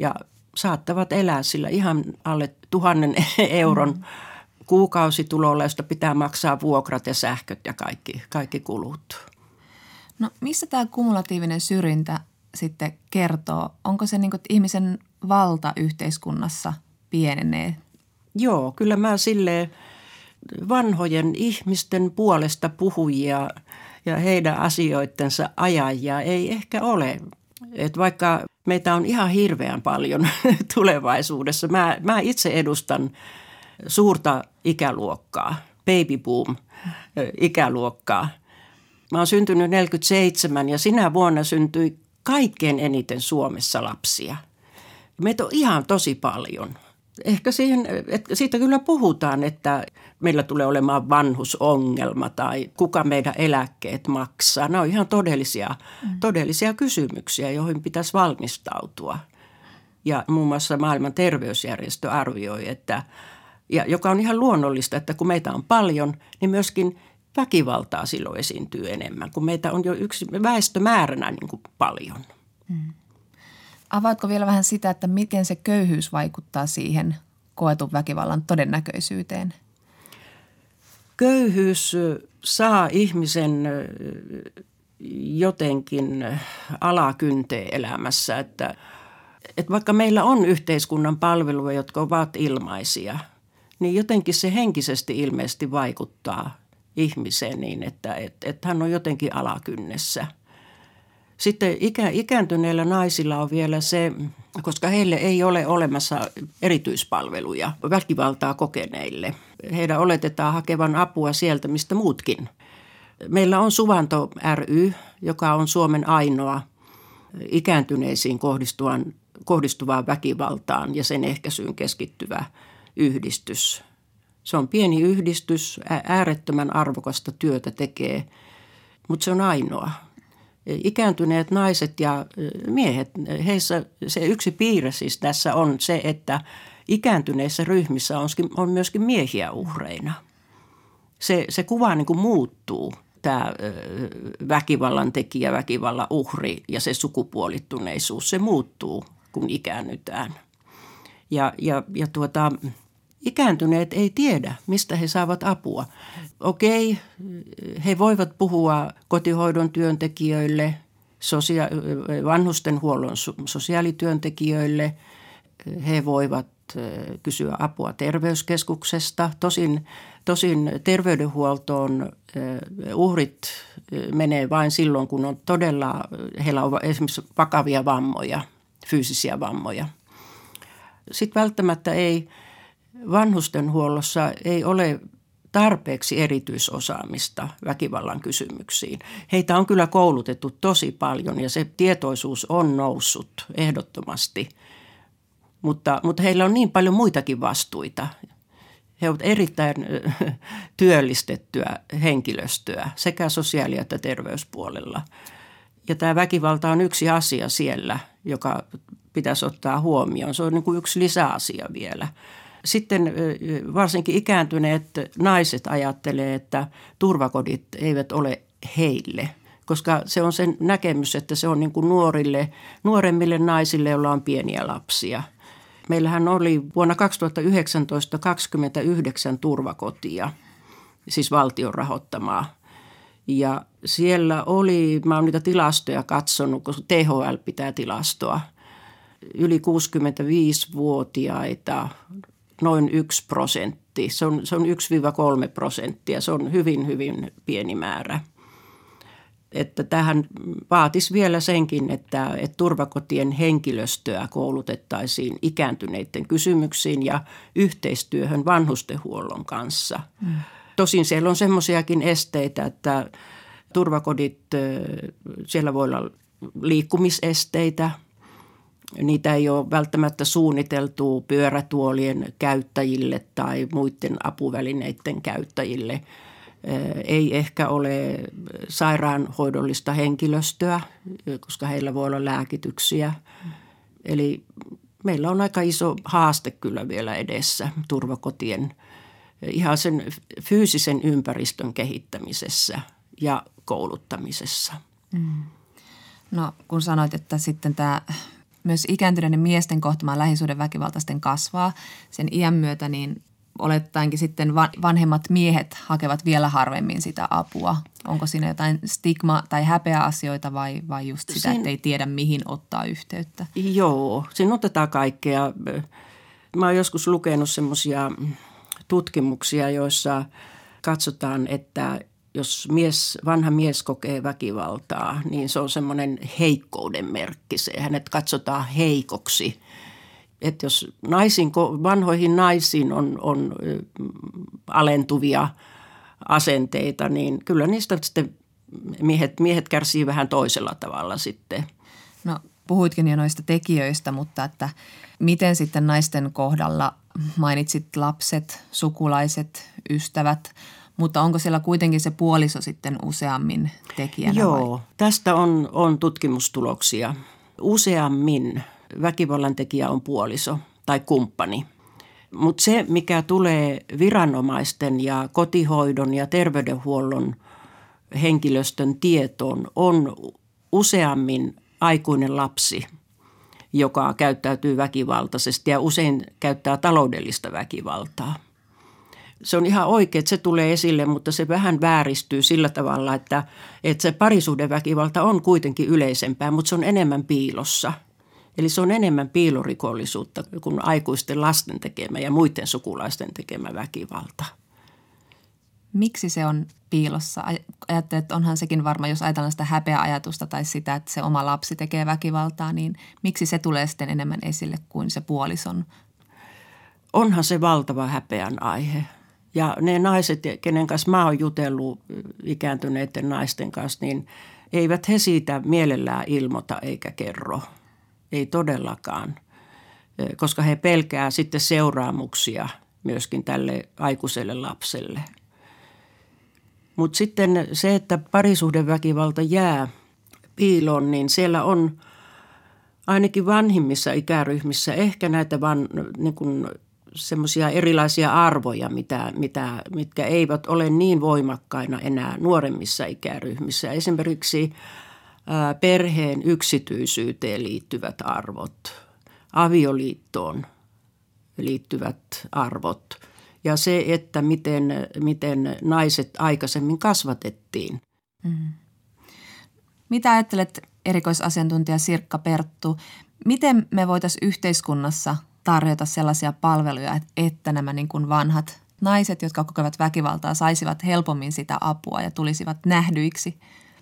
S1: saattavat elää sillä ihan alle tuhannen euron mm. kuukausitulolla, josta pitää maksaa vuokrat ja sähköt ja kaikki, kaikki kulut.
S4: No missä tämä kumulatiivinen syrjintä sitten kertoo? Onko se niin kuin, että ihmisen valta yhteiskunnassa pienenee?
S1: Joo, kyllä mä silleen vanhojen ihmisten puolesta puhujia ja heidän asioittensa ajajia ei ehkä ole. Et vaikka meitä on ihan hirveän paljon tulevaisuudessa. Mä, mä itse edustan suurta ikäluokkaa, baby boom ikäluokkaa. Mä oon syntynyt neljäkymmentäseitsemän ja sinä vuonna syntyi kaikkein eniten Suomessa lapsia. Meitä on ihan tosi paljon. Ehkä siihen, että siitä kyllä puhutaan, että meillä tulee olemaan vanhusongelma tai kuka meidän eläkkeet maksaa. Nämä on ihan todellisia, mm. todellisia kysymyksiä, joihin pitäisi valmistautua. Ja muun muassa maailman terveysjärjestö arvioi, että, ja joka on ihan luonnollista, että kun meitä on paljon, niin myöskin väkivaltaa silloin esiintyy enemmän, kun meitä on jo yksi väestömääränä niin kuin paljon.
S4: Mm. Avaatko vielä vähän sitä, että miten se köyhyys vaikuttaa siihen koetun väkivallan todennäköisyyteen?
S1: Köyhyys saa ihmisen jotenkin alakynteen elämässä, että, että vaikka meillä on yhteiskunnan palveluja, jotka ovat ilmaisia, niin jotenkin se henkisesti ilmeisesti vaikuttaa ihmiseen niin, että, että, että hän on jotenkin alakynnessä. Sitten ikä, ikääntyneillä naisilla on vielä se, koska heille ei ole olemassa erityispalveluja väkivaltaa kokeneille. Heidän oletetaan hakevan apua sieltä, mistä muutkin. Meillä on Suvanto ry, joka on Suomen ainoa ikääntyneisiin kohdistuvan, kohdistuvaan väkivaltaan ja sen ehkäisyyn keskittyvä yhdistys. Se on pieni yhdistys, äärettömän arvokasta työtä tekee, mutta se on ainoa. Ikääntyneet naiset ja miehet, heissä se yksi piirre siis tässä on se, että ikääntyneissä ryhmissä on myöskin miehiä uhreina. Se, se kuva niin kuin muuttuu, tämä väkivallan tekijä, väkivallan uhri ja se sukupuolittuneisuus, se muuttuu, kun ikäännytään. Ja, ja, ja tuota, ikääntyneet ei tiedä, mistä he saavat apua. Okei, he voivat puhua kotihoidon työntekijöille, sosia- vanhustenhuollon sosiaalityöntekijöille. He voivat kysyä apua terveyskeskuksesta. Tosin, tosin terveydenhuoltoon uhrit menee vain silloin, kun on todella, heillä on esimerkiksi vakavia vammoja, fyysisiä vammoja. Sitten välttämättä ei vanhustenhuollossa ei ole tarpeeksi erityisosaamista väkivallan kysymyksiin. Heitä on kyllä koulutettu tosi paljon ja se tietoisuus on noussut ehdottomasti, mutta, mutta heillä on niin paljon muitakin vastuita. He ovat erittäin työllistettyä henkilöstöä sekä sosiaali- että terveyspuolella. Ja tämä väkivalta on yksi asia siellä, joka pitäisi ottaa huomioon. Se on niin kuin yksi lisäasia vielä. Sitten varsinkin ikääntyneet naiset ajattelee, että turvakodit eivät ole heille, koska se on sen näkemys, että se on niin kuin nuorille, nuoremmille naisille, joilla on pieniä lapsia. Meillähän oli vuonna kaksituhattayhdeksäntoista kaksikymmentäyhdeksän turvakotia, siis valtion rahoittamaa. Ja siellä oli, mä oon niitä tilastoja katsonut, koska T H L pitää tilastoa, yli kuusikymmentäviisivuotiaita noin yksi prosentti. Se on, se on yksi kolme prosenttia. Se on hyvin, hyvin pieni määrä. Että tähän vaatisi vielä senkin, että, että turvakotien henkilöstöä koulutettaisiin ikääntyneiden kysymyksiin ja yhteistyöhön vanhustenhuollon kanssa. Mm. Tosin siellä on semmoisiakin esteitä, että turvakodit, siellä voi olla liikkumisesteitä. Niitä ei ole välttämättä suunniteltu pyörätuolien käyttäjille tai muiden apuvälineiden käyttäjille. Ei ehkä ole sairaanhoidollista henkilöstöä, koska heillä voi olla lääkityksiä. Eli meillä on aika iso haaste kyllä vielä edessä turvakotien ihan sen fyysisen ympäristön kehittämisessä ja kouluttamisessa.
S4: Mm. No kun sanoit, että sitten tämä myös ikääntyneiden miesten kohtamaa lähisuhdeväkivalta sitten kasvaa sen iän myötä, niin olettaenkin sitten vanhemmat miehet hakevat vielä harvemmin sitä apua. Onko siinä jotain stigma- tai häpeäasioita vai, vai just sitä, että ei tiedä mihin ottaa yhteyttä?
S1: Joo, siinä otetaan kaikkea. Mä oon joskus lukenut semmoisia tutkimuksia, joissa katsotaan, että jos mies, vanha mies kokee väkivaltaa, niin se on semmoinen heikkouden merkki. Se, hänet katsotaan heikoksi. Että jos naisiin, vanhoihin naisiin on, on alentuvia asenteita, niin kyllä niistä sitten miehet, miehet kärsii vähän toisella tavalla sitten.
S4: No puhuitkin jo noista tekijöistä, mutta että miten sitten naisten kohdalla mainitsit lapset, sukulaiset, ystävät, mutta onko siellä kuitenkin se puoliso sitten useammin tekijänä?
S1: Joo,
S4: vai?
S1: Tästä on, on tutkimustuloksia. Useammin väkivallan tekijä on puoliso tai kumppani. Mutta se, mikä tulee viranomaisten ja kotihoidon ja terveydenhuollon henkilöstön tietoon, on useammin aikuinen lapsi, joka käyttäytyy väkivaltaisesti ja usein käyttää taloudellista väkivaltaa. Se on ihan oikein, että se tulee esille, mutta se vähän vääristyy sillä tavalla, että, että se parisuhdeväkivalta on kuitenkin yleisempää, mutta se on enemmän piilossa. Eli se on enemmän piilorikollisuutta kuin aikuisten lasten tekemä ja muiden sukulaisten tekemä väkivalta.
S4: Miksi se on piilossa? Ajattelet, että onhan sekin varma, jos ajatellaan sitä häpeäajatusta tai sitä, että se oma lapsi tekee väkivaltaa, niin miksi se tulee sitten enemmän esille kuin se puolison?
S1: Onhan se valtava häpeän aihe. Ja ne naiset, kenen kanssa mä oon jutellut ikääntyneiden naisten kanssa, niin eivät he siitä mielellään ilmoita eikä kerro. Ei todellakaan, koska he pelkää sitten seuraamuksia myöskin tälle aikuiselle lapselle. Mutta sitten se, että parisuhdeväkivalta jää piiloon, niin siellä on ainakin vanhimmissa ikäryhmissä ehkä näitä van, niin kuin semmoisia erilaisia arvoja, mitä, mitä, mitkä eivät ole niin voimakkaina enää nuoremmissa ikäryhmissä. Esimerkiksi ää, perheen yksityisyyteen liittyvät arvot, avioliittoon liittyvät arvot ja se, että miten, miten naiset aikaisemmin kasvatettiin.
S4: Mm. Mitä ajattelet, erikoisasiantuntija Sirkka Perttu, miten me voitaisiin yhteiskunnassa tarjota sellaisia palveluja, että nämä niin kuin vanhat naiset, jotka kokevat väkivaltaa, saisivat helpommin sitä apua ja tulisivat nähdyiksi?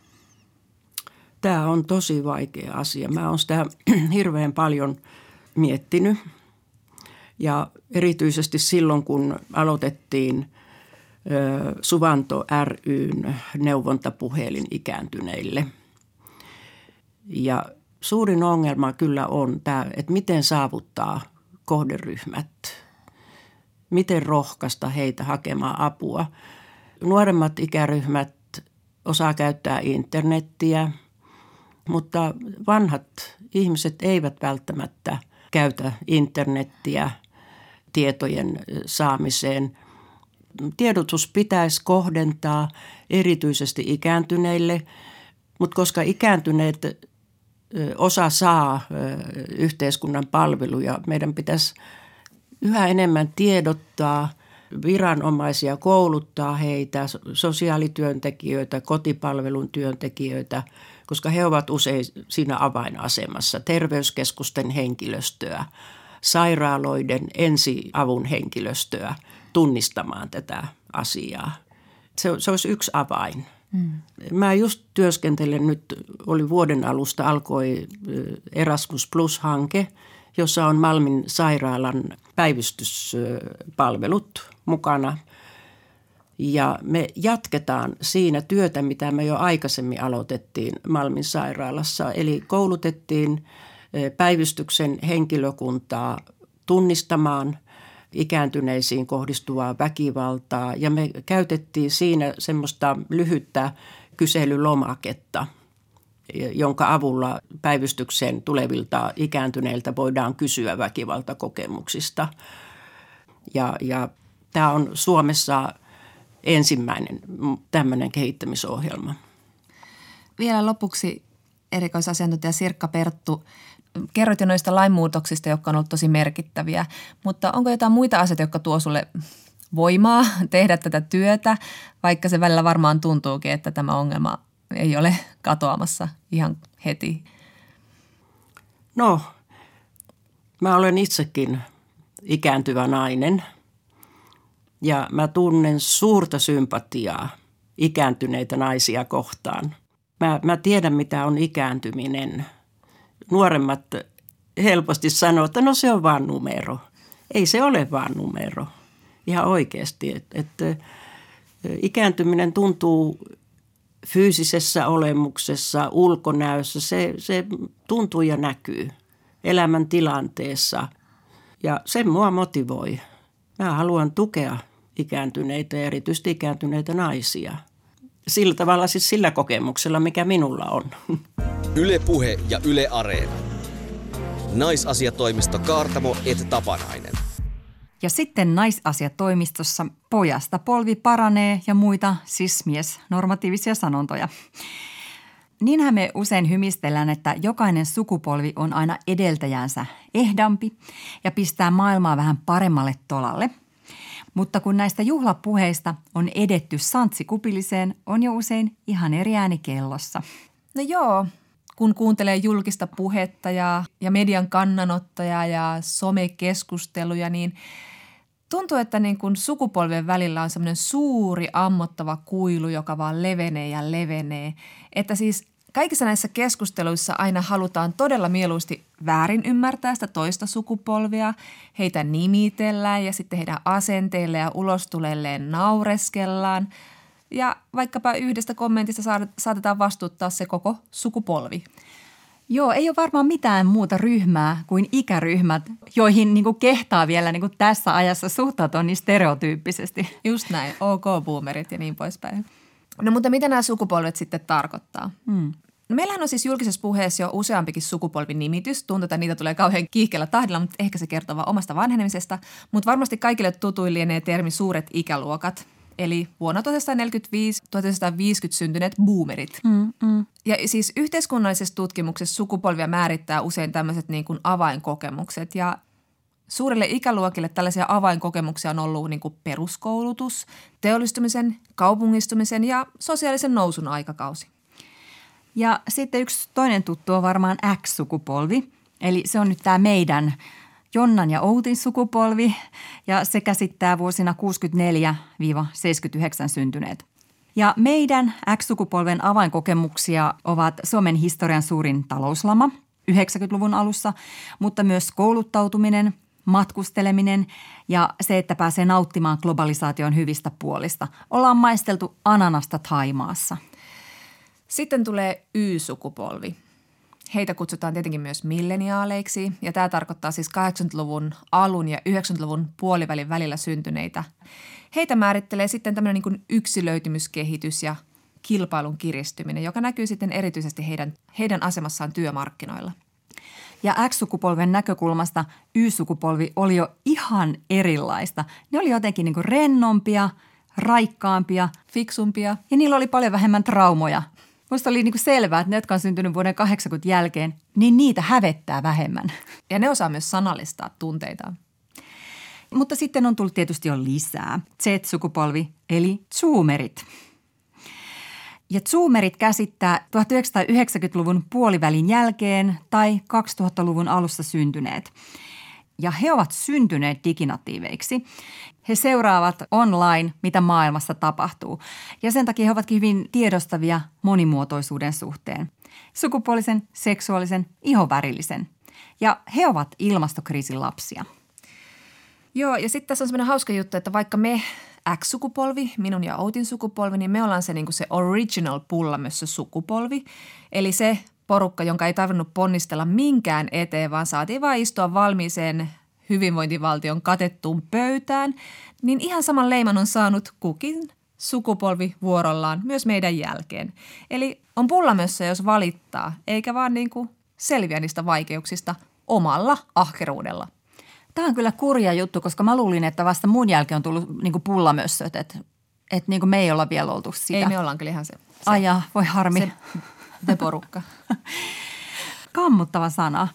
S1: Tämä on tosi vaikea asia. Mä oon sitä hirveän paljon miettinyt ja erityisesti silloin, kun aloitettiin Suvanto ry:n neuvontapuhelin ikääntyneille. Ja suurin ongelma kyllä on tämä, että miten saavuttaa kohderyhmät, miten rohkaista heitä hakemaan apua. Nuoremmat ikäryhmät osaa käyttää internettiä, mutta vanhat ihmiset eivät välttämättä käytä internettiä tietojen saamiseen. Tiedotus pitäisi kohdentaa erityisesti ikääntyneille, mutta koska ikääntyneet osa saa yhteiskunnan palveluja, meidän pitäisi yhä enemmän tiedottaa, viranomaisia kouluttaa heitä, sosiaalityöntekijöitä, kotipalvelun työntekijöitä, koska he ovat usein siinä avainasemassa, terveyskeskusten henkilöstöä, sairaaloiden ensiavun henkilöstöä tunnistamaan tätä asiaa. Se, se olisi yksi avain. Mm. Mä just työskentelen nyt, oli vuoden alusta alkoi Erasmus Plus-hanke, jossa on Malmin sairaalan päivystyspalvelut mukana. Ja me jatketaan siinä työtä, mitä me jo aikaisemmin aloitettiin Malmin sairaalassa. Eli koulutettiin päivystyksen henkilökuntaa tunnistamaan ikääntyneisiin kohdistuvaa väkivaltaa ja me käytettiin siinä semmoista lyhyttä kyselylomaketta, jonka avulla päivystykseen tulevilta ikääntyneiltä voidaan kysyä väkivaltakokemuksista. Ja, ja tämä on Suomessa ensimmäinen tämmöinen kehittämisohjelma.
S4: Vielä lopuksi erikoisasiantuntija Sirkka Perttu, kerroit jo noista lainmuutoksista, jotka on ollut tosi merkittäviä, mutta onko jotain muita asioita, jotka tuo sulle voimaa tehdä tätä työtä, vaikka se välillä varmaan tuntuukin, että tämä ongelma ei ole katoamassa ihan heti?
S1: No, mä olen itsekin ikääntyvä nainen ja mä tunnen suurta sympatiaa ikääntyneitä naisia kohtaan. Mä, mä tiedän, mitä on ikääntyminen. Nuoremmat helposti sanoo, että no se on vaan numero. Ei se ole vaan numero. Ihan oikeasti. Että, että ikääntyminen tuntuu fyysisessä olemuksessa, ulkonäössä. Se, se tuntuu ja näkyy elämäntilanteessa. Ja se mua motivoi. Mä haluan tukea ikääntyneitä ja erityisesti ikääntyneitä naisia. Sillä tavalla siis sillä kokemuksella, mikä minulla on.
S2: Yle Puhe ja Yle Areena. Naisasiatoimisto Kaartamo et Tapanainen.
S3: Ja sitten naisasiatoimistossa pojasta polvi paranee ja muita sis-mies normatiivisia sanontoja. Niinhän me usein hymistellään, että jokainen sukupolvi on aina edeltäjänsä ehdampi ja pistää maailmaa vähän paremmalle tolalle. Mutta kun näistä juhlapuheista on edetty santsikupilliseen, on jo usein ihan eri ääni kellossa.
S4: No joo, kun kuuntelee julkista puhetta ja, ja median kannanottoja ja somekeskusteluja, niin tuntuu, että niin kun sukupolvien välillä on semmoinen suuri ammottava kuilu, joka vaan levenee ja levenee. Että siis kaikissa näissä keskusteluissa aina halutaan todella mieluusti väärin ymmärtää sitä toista sukupolvia. Heitä nimitellään ja sitten heidän asenteille ja ulostulelleen naureskellaan. Ja vaikkapa yhdestä kommentista saatetaan vastuuttaa se koko sukupolvi.
S3: Joo, ei ole varmaan mitään muuta ryhmää kuin ikäryhmät, joihin niin kuin kehtaa vielä niin kuin tässä ajassa suhtautua niin stereotyyppisesti.
S4: Just näin, ok-boomerit ja niin poispäin. No mutta mitä nämä sukupolvet sitten tarkoittaa? Hmm. No meillähän on siis julkisessa puheessa jo useampikin sukupolvin nimitys. Tuntuu, että niitä tulee kauhean kiihkeällä tahdilla, mutta ehkä se kertoo vaan omasta vanhenemisesta. Mutta varmasti kaikille tutuin lienee termi suuret ikäluokat. Eli vuonna tuhatyhdeksänsataaneljäkymmentäviisi tuhatyhdeksänsataaviisikymmentä syntyneet boomerit. Mm, mm. Ja siis yhteiskunnallisessa tutkimuksessa sukupolvia määrittää usein tämmöiset niin kuin avainkokemukset. Ja suurille ikäluokille tällaisia avainkokemuksia on ollut niin kuin peruskoulutus, teollistumisen, kaupungistumisen ja sosiaalisen nousun aikakausi.
S3: Ja sitten yksi toinen tuttu on varmaan X-sukupolvi, eli se on nyt tämä meidän Jonnan ja Outin sukupolvi ja se käsittää vuosina kuusikymmentäneljä seitsemänkymmentäyhdeksän syntyneet. Ja meidän X-sukupolven avainkokemuksia ovat Suomen historian suurin talouslama yhdeksänkymmentäluvun alussa, mutta myös kouluttautuminen, matkusteleminen ja se, että pääsee nauttimaan globalisaation hyvistä puolista. Ollaan maisteltu ananasta Thaimaassa.
S4: Sitten tulee Y-sukupolvi. Heitä kutsutaan tietenkin myös milleniaaleiksi ja tämä tarkoittaa siis kahdeksankymmentäluvun alun ja yhdeksänkymmentäluvun puolivälin välillä syntyneitä. Heitä määrittelee sitten tämmöinen niin kuin yksilöitymyskehitys ja kilpailun kiristyminen, joka näkyy sitten erityisesti heidän, heidän asemassaan työmarkkinoilla.
S3: Ja X-sukupolven näkökulmasta Y-sukupolvi oli jo ihan erilaista. Ne oli jotenkin niin kuin rennompia, raikkaampia,
S4: fiksumpia
S3: ja niillä oli paljon vähemmän traumoja. Musta oli niinku selvää, että ne, jotka on syntynyt vuoden kahdeksankymmentä jälkeen, niin niitä hävettää vähemmän.
S4: Ja ne osaa myös sanallistaa tunteitaan.
S3: Mutta sitten on tullut tietysti jo lisää. Z-sukupolvi eli zoomerit. Ja zoomerit käsittää tuhatyhdeksänsataayhdeksänkymmentäluvun puolivälin jälkeen tai kaksituhattaluvun alussa syntyneet. Ja he ovat syntyneet diginatiiveiksi. He seuraavat online, mitä maailmassa tapahtuu. Ja sen takia he ovatkin hyvin tiedostavia monimuotoisuuden suhteen. Sukupuolisen, seksuaalisen, ihonvärillisen. Ja he ovat ilmastokriisin lapsia.
S4: Joo, ja sitten tässä on semmoinen hauska juttu, että vaikka me X-sukupolvi, minun ja Outin sukupolvi, niin me ollaan se, niin kuin se original pullamössö sukupolvi. Eli se porukka, jonka ei tarvinnut ponnistella minkään eteen, vaan saatiin vaan istua valmiiseen hyvinvointivaltion katettuun pöytään, niin ihan saman leiman on saanut kukin sukupolvi vuorollaan myös meidän jälkeen. Eli on pullamössö, jos valittaa, eikä vaan niin kuin selviä niistä vaikeuksista omalla ahkeruudella.
S3: Tämä on kyllä kurja juttu, koska mä luulin, että vasta mun jälkeen on tullut niin kuin pullamössöt, että, että niin kuin me ei olla vielä oltu sitä.
S4: Ei, me ollaan kyllä ihan se. se
S3: Ai jaa, voi harmi.
S4: Se, se porukka.
S3: Kammuttava sana.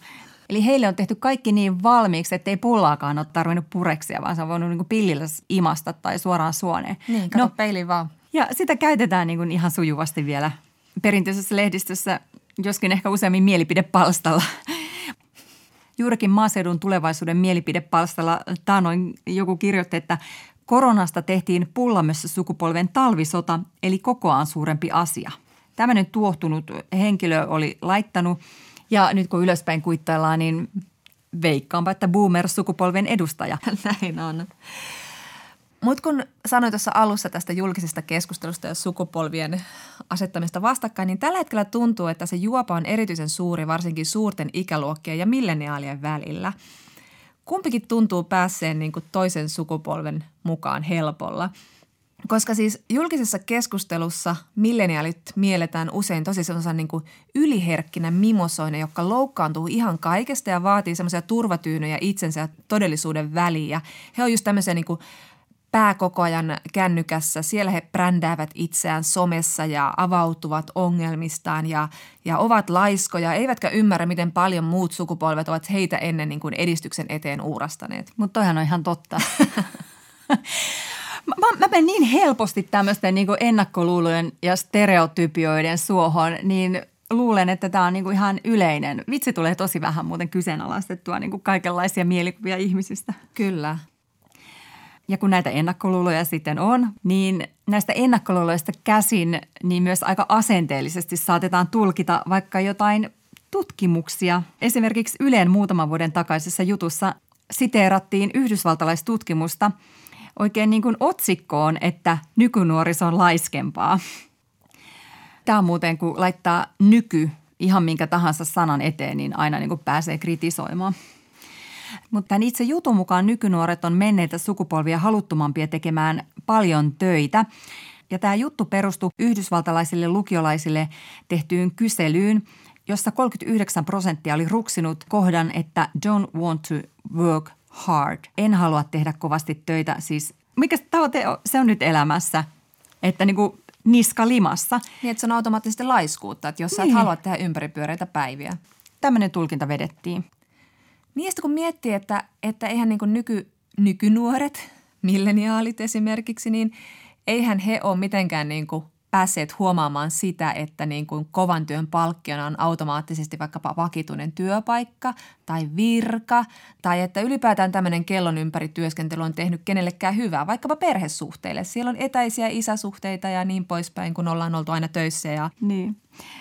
S3: Eli heille on tehty kaikki niin valmiiksi, että ei pullaakaan ole tarvinnut pureksia, vaan se on voinut niin kuin pillillä imasta tai suoraan suoneen.
S4: Niin, kato no, peiliin vaan.
S3: Ja sitä käytetään niin kuin ihan sujuvasti vielä perinteisessä lehdistössä, joskin ehkä useammin mielipidepalstalla. Juurikin Maaseudun tulevaisuuden mielipidepalstalla taannoin joku kirjoitti, että koronasta tehtiin pullamössä sukupolven talvisota, eli kokoaan suurempi asia. Tämmöinen tuohtunut henkilö oli laittanut, ja nyt kun ylöspäin kuittaillaan, niin veikkaanpa, että boomer-sukupolven edustaja.
S4: Näin on. Mutta kun sanoin tuossa alussa tästä julkisesta keskustelusta ja sukupolvien asettamista vastakkain, niin tällä hetkellä tuntuu, että se juopa on erityisen suuri varsinkin suurten ikäluokkien ja milleniaalien välillä. Kumpikin tuntuu päässeen niin kuin toisen sukupolven mukaan helpolla, koska siis julkisessa keskustelussa milleniaalit mielletään usein tosi semmoisen niin kuin yliherkkinä mimosoina, jotka loukkaantuu ihan kaikesta ja vaatii semmoisia turvatyynyjä itsensä ja todellisuuden väliin. Ja he on just tämmöisiä niin kuin pää koko ajan kännykässä. Siellä he brändäävät itseään somessa ja avautuvat ongelmistaan ja, ja ovat laiskoja, eivätkä ymmärrä, miten paljon muut sukupolvet ovat heitä ennen niin kuin edistyksen eteen uurastaneet.
S3: Mutta toihan on ihan totta. mä, mä menen niin helposti tämmöisten niin kuin ennakkoluulojen ja stereotypioiden suohon, niin luulen, että tämä on niin kuin ihan yleinen. Vitsi, tulee tosi vähän muuten kyseenalaistettua niin kuin kaikenlaisia mielikuvia ihmisistä.
S4: Kyllä.
S3: Ja kun näitä ennakkoluuloja sitten on, niin näistä ennakkoluuloista käsin niin myös aika asenteellisesti saatetaan tulkita vaikka jotain tutkimuksia. Esimerkiksi Ylen muutaman vuoden takaisessa jutussa siteerattiin yhdysvaltalaistutkimusta oikein niin kuin otsikkoon, että nykynuoriso on laiskempaa. Tämä on muuten, kun laittaa nyky ihan minkä tahansa sanan eteen, niin aina niin kuin pääsee kritisoimaan. Mutta tämän itse jutun mukaan nykynuoret on menneitä sukupolvia haluttomampia tekemään paljon töitä. Ja tämä juttu perustui yhdysvaltalaisille lukiolaisille tehtyyn kyselyyn, jossa kolmekymmentäyhdeksän prosenttia oli ruksinut kohdan, että don't want to work hard. En halua tehdä kovasti töitä. Siis mikä tavoite se on nyt elämässä, että niin kuin niska limassa.
S4: Niin, että se on automaattisesti laiskuutta, että jos sä et
S3: niin.
S4: halua tehdä ympäripyöreitä päiviä.
S3: Tämmöinen tulkinta vedettiin.
S4: Niin ja sitten kun miettii, että, että eihän niin kuin nyky, nykynuoret, milleniaalit esimerkiksi, niin eihän he ole mitenkään niin kuin päässeet huomaamaan sitä, että niin kuin kovan työn palkkiona on automaattisesti vaikkapa vakituinen työpaikka tai virka tai että ylipäätään tämmöinen kellon ympäri työskentely on tehnyt kenellekään hyvää, vaikkapa perhesuhteille. Siellä on etäisiä isäsuhteita ja niin poispäin, kun ollaan oltu aina töissä. Ja
S3: niin.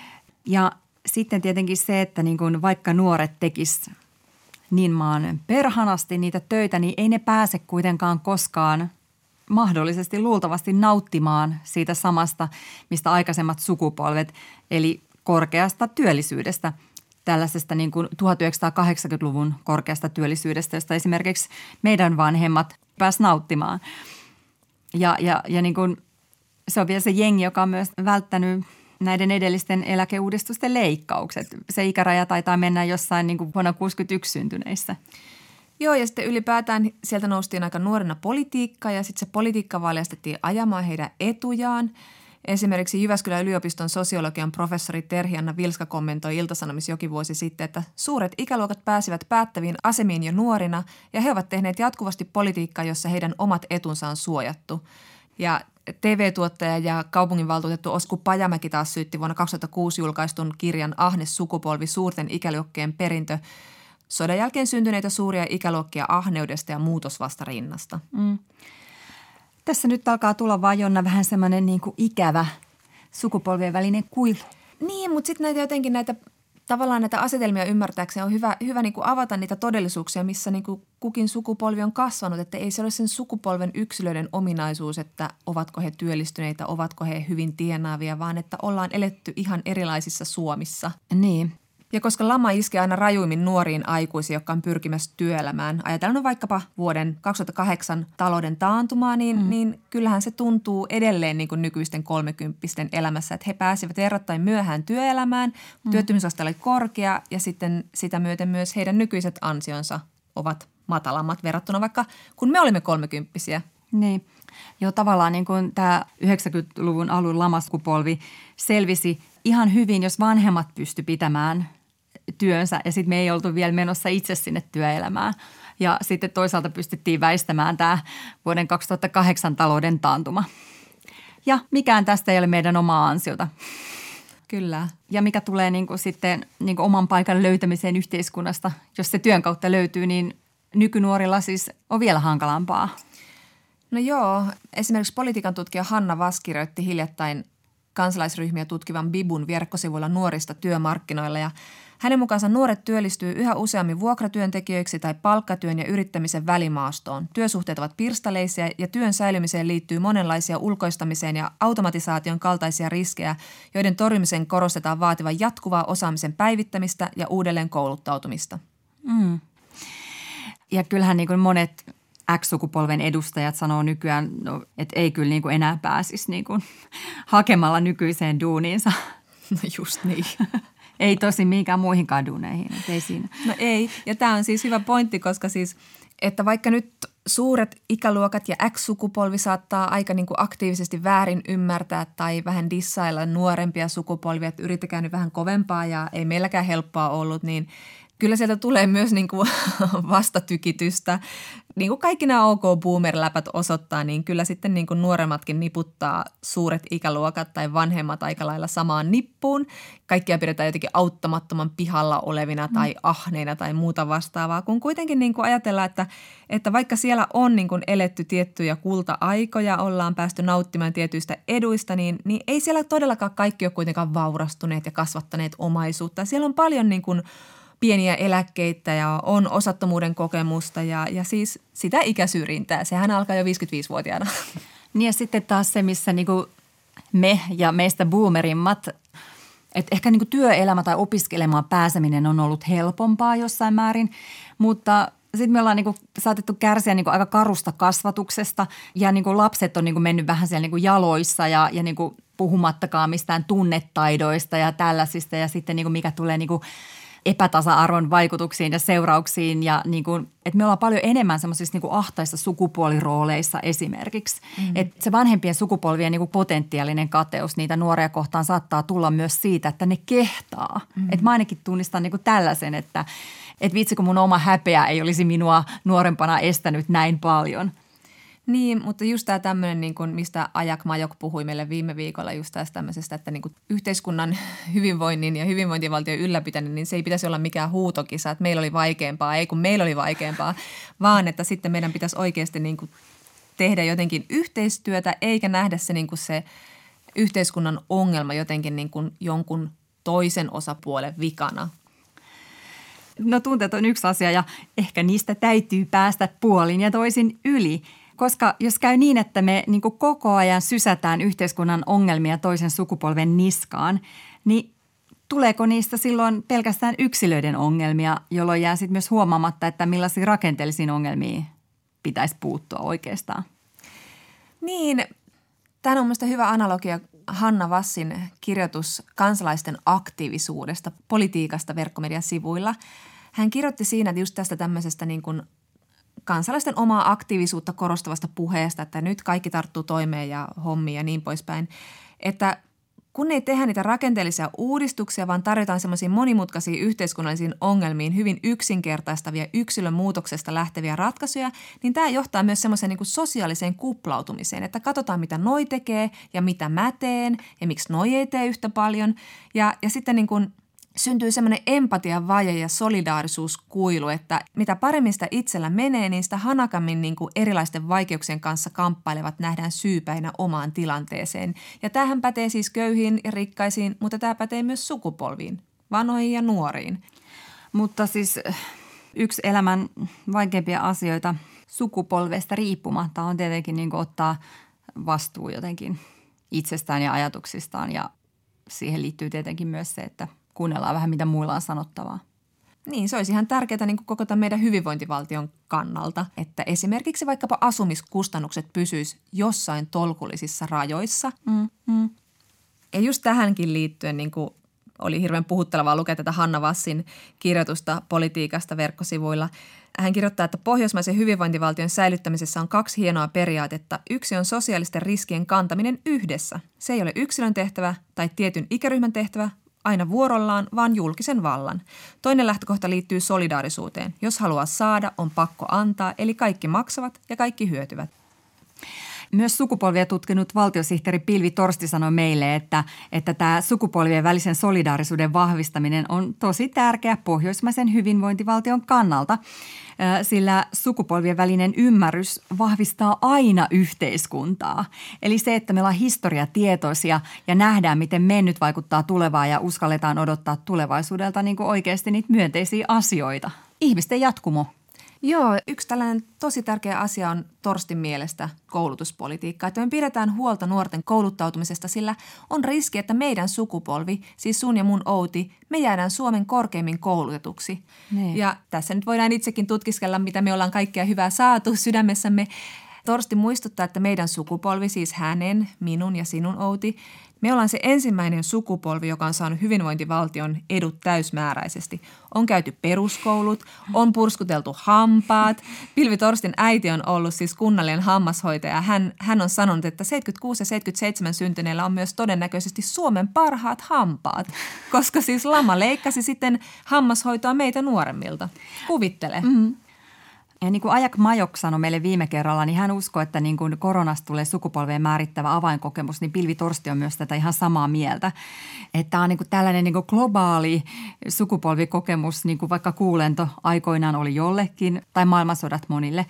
S3: Ja sitten tietenkin se, että niin kuin vaikka nuoret tekisivät niin maan perhanasti niitä töitä, niin ei ne pääse kuitenkaan koskaan mahdollisesti luultavasti nauttimaan siitä samasta, mistä aikaisemmat sukupolvet, eli korkeasta työllisyydestä, tällaisesta niin kuin tuhatyhdeksänsataakahdeksankymmentäluvun korkeasta työllisyydestä, josta esimerkiksi meidän vanhemmat pääsivät nauttimaan. Ja, ja, ja niin kuin se on vielä se jengi, joka on myös välttänyt näiden edellisten eläkeuudistusten leikkaukset. Se ikäraja taitaa mennä jossain niin kuin vuonna kuusikymmentäyksi syntyneissä.
S4: Joo, ja sitten ylipäätään sieltä noustiin aika nuorena politiikkaa ja sitten se politiikka valjastettiin ajamaan heidän etujaan. Esimerkiksi Jyväskylän yliopiston sosiologian professori Terhi-Anna Vilska kommentoi Ilta-Sanomissa jokin vuosi sitten, että suuret ikäluokat pääsivät päättäviin asemiin jo nuorina ja he ovat tehneet jatkuvasti politiikkaa, jossa heidän omat etunsa on suojattu. Ja T V-tuottaja ja kaupunginvaltuutettu Osku Pajamäki taas syytti vuonna kaksituhattakuusi julkaistun kirjan Ahne sukupolvi suurten ikäluokkien perintö sodan jälkeen syntyneitä suuria ikäluokkia ahneudesta ja muutosvastarinnasta.
S3: Mm. Tässä nyt alkaa tulla vaan, Jonna, vähän semmoinen niin kuin ikävä sukupolvien välinen kuilu.
S4: Niin, mutta sitten näitä jotenkin näitä tavallaan näitä asetelmia ymmärtääkseen on hyvä, hyvä niin kuin avata niitä todellisuuksia, missä niin kuin kukin sukupolvi on kasvanut. Että ei se ole sen sukupolven yksilöiden ominaisuus, että ovatko he työllistyneitä, ovatko he hyvin tienaavia, vaan että ollaan eletty ihan erilaisissa Suomissa.
S3: Niin.
S4: Ja koska lama iskee aina rajuimmin nuoriin aikuisiin, jotka on pyrkimässä työelämään, ajatellaan vaikkapa vuoden kaksituhattakahdeksan talouden taantumaa, niin, mm. niin kyllähän se tuntuu edelleen niin kuin nykyisten kolmekymppisten elämässä, että he pääsivät verrattain myöhään työelämään, mm. työttömyysaste oli korkea ja sitten sitä myöten myös heidän nykyiset ansionsa ovat matalammat verrattuna vaikka kun me olimme kolmekymppisiä.
S3: Niin. Joo, tavallaan niin kuin tämä yhdeksänkymmentäluvun alun lamasukupolvi selvisi ihan hyvin, jos vanhemmat pysty pitämään työnsä ja sitten me ei oltu vielä menossa itse sinne työelämään. Ja sitten toisaalta pystyttiin väistämään tämä vuoden kaksituhattakahdeksan talouden taantuma. Ja mikään tästä ei ole meidän omaa ansiota.
S4: Kyllä.
S3: Ja mikä tulee niin kuin sitten niin kuin oman paikan löytämiseen yhteiskunnasta, jos se työn kautta löytyy, niin nykynuorilla siis on vielä hankalampaa.
S4: No joo, esimerkiksi politiikan tutkija Hanna Vass kirjoitti hiljattain kansalaisryhmiä tutkivan Bibun verkkosivuilla nuorista työmarkkinoilla ja hänen mukaansa nuoret työllistyy yhä useammin vuokratyöntekijöiksi tai palkkatyön ja yrittämisen välimaastoon. Työsuhteet ovat pirstaleisia ja työn säilymiseen liittyy monenlaisia ulkoistamiseen ja automatisaation kaltaisia riskejä, joiden torjumisen korostetaan vaativan jatkuvaa osaamisen päivittämistä ja uudelleen kouluttautumista.
S3: Mm. Ja kyllähän niin kuin monet X-sukupolven edustajat sanoo nykyään, no, että ei kyllä niin kuin enää pääsisi niin kuin hakemalla nykyiseen duuniinsa.
S4: No just niin.
S3: Ei tosi mihinkään muihinkaan duuneihin, ei siinä.
S4: No ei, ja tämä on siis hyvä pointti, koska siis, että vaikka nyt suuret ikäluokat ja X-sukupolvi saattaa aika niin kuin aktiivisesti väärin ymmärtää tai vähän dissailla nuorempia sukupolvia, että yrittäkää nyt vähän kovempaa ja ei meilläkään helppoa ollut, niin kyllä sieltä tulee myös niin kuin vastatykitystä. Niin kuin kaikki nämä OK-boomer-läpät osoittaa, niin kyllä sitten niin kuin nuoremmatkin niputtaa suuret ikäluokat tai vanhemmat aika lailla samaan nippuun. Kaikkia pidetään jotenkin auttamattoman pihalla olevina tai ahneina tai muuta vastaavaa, kun kuitenkin niin kuin ajatellaan, että, että vaikka siellä on niin kuin eletty tiettyjä kulta-aikoja, ollaan päästy nauttimaan tietyistä eduista, niin, niin ei siellä todellakaan kaikki ole kuitenkaan vaurastuneet ja kasvattaneet omaisuutta. Siellä on paljon niin kuin pieniä eläkkeitä ja on osattomuuden kokemusta ja, ja siis sitä ikäsyrjintää. Sehän alkaa jo viisikymmentäviisivuotiaana.
S3: Niin ja sitten taas se, missä niinku me ja meistä boomerimmat, että ehkä niinku työelämä tai opiskelemaan pääseminen on ollut helpompaa jossain määrin, mutta sitten me ollaan niinku saatettu kärsiä niinku aika karusta kasvatuksesta ja niinku lapset on niinku mennyt vähän siellä niinku jaloissa ja, ja niinku puhumattakaan mistään tunnetaidoista ja tällaisista ja sitten niinku mikä tulee niinku epätasa-arvon vaikutuksiin ja seurauksiin ja niin kuin, että me ollaan paljon enemmän semmoisissa niin kuin ahtaissa sukupuolirooleissa esimerkiksi. Mm-hmm. Että se vanhempien sukupolvien niin kuin potentiaalinen kateus niitä nuoria kohtaan saattaa tulla myös siitä, että ne kehtaa. Mm-hmm. Että mä ainakin tunnistan niin kuin tällaisen, että, että vitsi kun mun oma häpeä ei olisi minua nuorempana estänyt näin paljon.
S4: Niin, mutta just tämä tämmöinen, niin kuin, mistä Ajak Majok puhui meille viime viikolla, just tästä tämmöisestä, että niin kuin yhteiskunnan hyvinvoinnin ja hyvinvointivaltion ylläpitäminen, niin se ei pitäisi olla mikään huutokisa, että meillä oli vaikeampaa, ei kun meillä oli vaikeampaa, vaan että sitten meidän pitäisi oikeasti niin kuin tehdä jotenkin yhteistyötä, eikä nähdä se, niin kuin se yhteiskunnan ongelma jotenkin niin kuin jonkun toisen osapuolen vikana.
S3: No tunteet on yksi asia ja ehkä niistä täytyy päästä puolin ja toisin yli. Koska jos käy niin, että me niin kuin koko ajan sysätään yhteiskunnan ongelmia toisen sukupolven niskaan, niin tuleeko niistä silloin pelkästään yksilöiden ongelmia, jolloin jää sitten myös huomaamatta, että millaisiin rakenteellisiin ongelmiin pitäisi puuttua oikeastaan?
S4: Niin, tämä on mielestäni hyvä analogia Hanna Vassin kirjoitus kansalaisten aktiivisuudesta politiikasta verkkomedian sivuilla. Hän kirjoitti siinä just tästä tämmöisestä niin kuin kansalaisten omaa aktiivisuutta korostavasta puheesta, että nyt kaikki tarttuu toimeen ja hommiin ja niin poispäin. Että kun ei tehdä niitä rakenteellisia uudistuksia, vaan tarjotaan semmoisiin monimutkaisiin yhteiskunnallisiin ongelmiin hyvin yksinkertaistavia yksilön muutoksesta lähteviä ratkaisuja, niin tämä johtaa myös semmoiseen niin kuin sosiaaliseen kuplautumiseen, että katsotaan mitä noi tekee ja mitä mä teen ja miksi noi ei tee yhtä paljon ja, ja sitten niin kuin syntyy semmoinen empatian vaje ja solidaarisuuskuilu, että mitä paremmin sitä itsellä menee, niin sitä hanakammin niin kuin erilaisten vaikeuksien kanssa kamppailevat nähdään syypäinä omaan tilanteeseen. Ja tämähän pätee siis köyhiin ja rikkaisiin, mutta tämä pätee myös sukupolviin, vanhoihin ja nuoriin.
S3: Mutta siis yksi elämän vaikeimpia asioita sukupolvesta riippumatta on tietenkin niin kuin ottaa vastuu jotenkin itsestään ja ajatuksistaan ja siihen liittyy tietenkin myös se, että kuunnellaan vähän, mitä muilla on sanottavaa.
S4: Niin, se olisi ihan tärkeää niin kuin koko tämän meidän hyvinvointivaltion kannalta, että esimerkiksi vaikkapa asumiskustannukset pysyisi jossain tolkullisissa rajoissa.
S3: Mm, mm.
S4: Ja just tähänkin liittyen niin kuin oli hirveän puhuttelevaa lukea tätä Hanna Vassin kirjoitusta politiikasta verkkosivuilla. Hän kirjoittaa, että pohjoismaisen hyvinvointivaltion säilyttämisessä on kaksi hienoa periaatetta. Yksi on sosiaalisten riskien kantaminen yhdessä. Se ei ole yksilön tehtävä tai tietyn ikäryhmän tehtävä, aina vuorollaan, vaan julkisen vallan. Toinen lähtökohta liittyy solidaarisuuteen. Jos haluaa saada, on pakko antaa, eli kaikki maksavat ja kaikki hyötyvät.
S3: Myös sukupolvia tutkinut valtiosihteeri Pilvi Torsti sanoi meille, että, että tämä sukupolvien välisen solidaarisuuden vahvistaminen on tosi tärkeä pohjoismaisen hyvinvointivaltion kannalta, sillä sukupolvien välinen ymmärrys vahvistaa aina yhteiskuntaa. Eli se, että me ollaan historiatietoisia ja nähdään, miten mennyt vaikuttaa tulevaan ja uskalletaan odottaa tulevaisuudelta niin kuin oikeasti niitä myönteisiä asioita. Ihmisten jatkumo.
S4: Joo, yksi tällainen tosi tärkeä asia on Torstin mielestä koulutuspolitiikka, että me pidetään huolta nuorten kouluttautumisesta, sillä on riski, että meidän sukupolvi, siis sun ja mun Outi, me jäädään Suomen korkeimmin koulutetuksi. Niin. Ja tässä nyt voidaan itsekin tutkiskella, mitä me ollaan kaikkea hyvää saatu sydämessämme. Torsti muistuttaa, että meidän sukupolvi, siis hänen, minun ja sinun Outi, me ollaan se ensimmäinen sukupolvi, joka on saanut hyvinvointivaltion edut täysmääräisesti. On käyty peruskoulut, on purskuteltu hampaat. Pilvi Torstin äiti on ollut siis kunnallinen hammashoitaja. Hän, hän on sanonut, että seitsemänkymmentäkuusi ja seitsemänkymmentäseitsemän syntyneillä on myös todennäköisesti Suomen parhaat hampaat, koska siis lama leikkasi sitten hammashoitoa meitä nuoremmilta. Kuvittele. Mm-hmm.
S3: Ja niin kuin Ajak Majok sanoi meille viime kerralla, niin hän uskoo, että niin kuin koronasta tulee sukupolveen määrittävä avainkokemus, niin Pilvi Torsti on myös tätä ihan samaa mieltä. Että tämä on niin kuin tällainen niin kuin globaali sukupolvikokemus, niin kuin vaikka kuulento aikoinaan oli jollekin tai maailmansodat monille.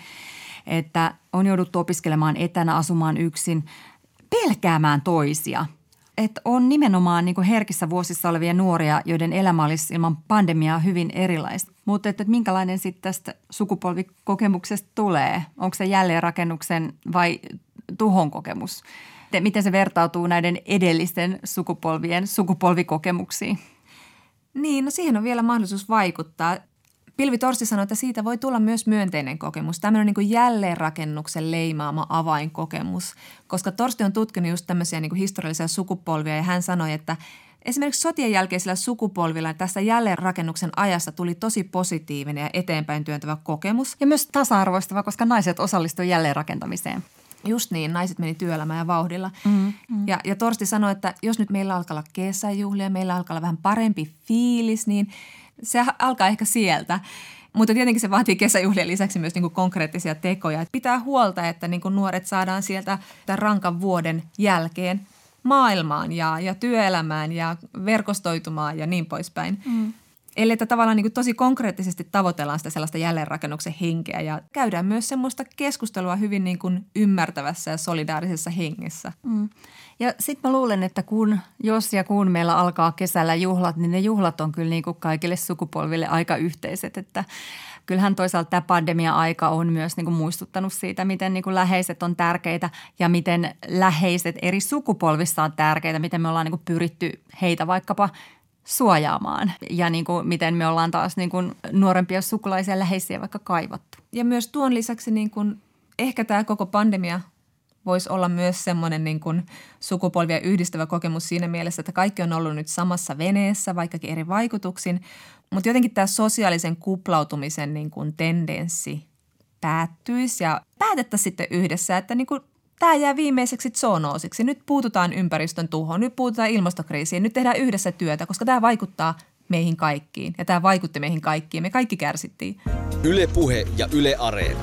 S3: Että on jouduttu opiskelemaan etänä, asumaan yksin, pelkäämään toisia. Että on nimenomaan niin kuin herkissä vuosissa olevia nuoria, joiden elämä olisi ilman pandemiaa hyvin erilaista. Mutta että, että minkälainen sitten tästä sukupolvikokemuksesta tulee? Onko se jälleenrakennuksen vai tuhon kokemus? Miten se vertautuu näiden edellisten sukupolvien sukupolvikokemuksiin?
S4: Niin, no siihen on vielä mahdollisuus vaikuttaa. Pilvi Torsti sanoi, että siitä voi tulla myös myönteinen kokemus, tämmöinen niin kuin jälleenrakennuksen leimaama avainkokemus, koska Torsti on tutkinut just tämmöisiä niin kuin historiallisia sukupolvia ja hän sanoi, että esimerkiksi sotien jälkeisillä sukupolvilla tästä jälleenrakennuksen ajasta tuli tosi positiivinen ja eteenpäin työntävä kokemus.
S3: Ja myös tasa-arvoistava, koska naiset osallistuivat jälleenrakentamiseen.
S4: Just niin, naiset meni työelämään ja vauhdilla. Mm, mm. Ja, ja Torsti sanoi, että jos nyt meillä alkaa olla kesäjuhlia, meillä alkaa olla vähän parempi fiilis, niin se alkaa ehkä sieltä. Mutta tietenkin se vaatii kesäjuhlien lisäksi myös niin kuin konkreettisia tekoja. Et pitää huolta, että niin kuin nuoret saadaan sieltä tämän rankan vuoden jälkeen maailmaan ja, ja työelämään ja verkostoitumaan ja niin poispäin. Mm. Eli että tavallaan niin kuin tosi konkreettisesti tavoitellaan sitä sellaista jälleenrakennuksen henkeä ja käydään myös semmoista keskustelua hyvin niin kuin ymmärtävässä ja solidaarisessa hengessä.
S3: Mm. Ja sitten mä luulen, että kun, jos ja kun meillä alkaa kesällä juhlat, niin ne juhlat on kyllä niin kuin kaikille sukupolville aika yhteiset, että kyllähän toisaalta tämä pandemia-aika on myös niin kuin muistuttanut siitä, miten niin kuin läheiset on tärkeitä ja miten läheiset eri sukupolvissa on tärkeitä, miten me ollaan niin kuin pyritty heitä vaikkapa suojaamaan ja niin kuin miten me ollaan taas niin kuin nuorempia sukulaisia läheisiä vaikka kaivattu.
S4: Ja myös tuon lisäksi niin kuin ehkä tämä koko pandemia voisi olla myös semmoinen niin kuin sukupolvia yhdistävä kokemus siinä mielessä, että kaikki on ollut nyt samassa veneessä, vaikkakin eri vaikutuksin. Mutta jotenkin tämä sosiaalisen kuplautumisen niin kuin tendenssi päättyisi ja päätettäisiin sitten yhdessä, että niin kuin tämä jää viimeiseksi zoonoosiksi. Nyt puututaan ympäristön tuhoon, nyt puututaan ilmastokriisiin, nyt tehdään yhdessä työtä, koska tämä vaikuttaa meihin kaikkiin. Ja tämä vaikutti meihin kaikkiin, me kaikki kärsittiin.
S2: Yle Puhe ja Yle Areena.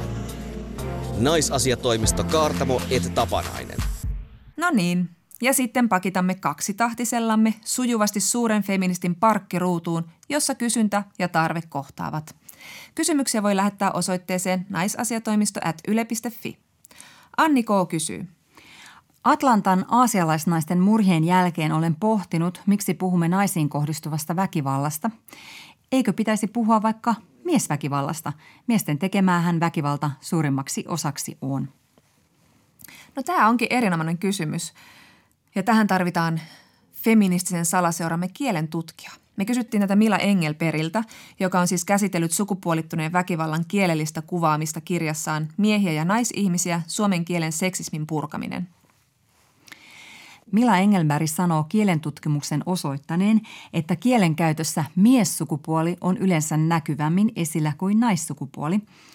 S2: Naisasiatoimisto Kaartamo et Tapanainen.
S4: No niin, ja sitten pakitamme kaksitahtisellamme sujuvasti suuren feministin parkkiruutuun, jossa kysyntä ja tarve kohtaavat. Kysymyksiä voi lähettää osoitteeseen naisasiatoimisto at yle piste fi. Anni K. kysyy.
S3: Atlantan aasialaisnaisten murhien jälkeen olen pohtinut, miksi puhumme naisiin kohdistuvasta väkivallasta. Eikö pitäisi puhua vaikka miesväkivallasta? Miesten tekemäähän väkivalta suurimmaksi osaksi on.
S4: No tämä onkin erinomainen kysymys. Ja tähän tarvitaan feministisen salaseuramme kielen tutkija. Me kysyttiin tätä Mila Engelperiltä, joka on siis käsitellyt sukupuolittuneen väkivallan kielellistä kuvaamista kirjassaan Miehiä ja naisihmisiä, suomen kielen seksismin purkaminen.
S3: Mila Engelberg sanoo kielentutkimuksen osoittaneen, että kielen käytössä miessukupuoli on yleensä näkyvämmin esillä kuin naissukupuoli.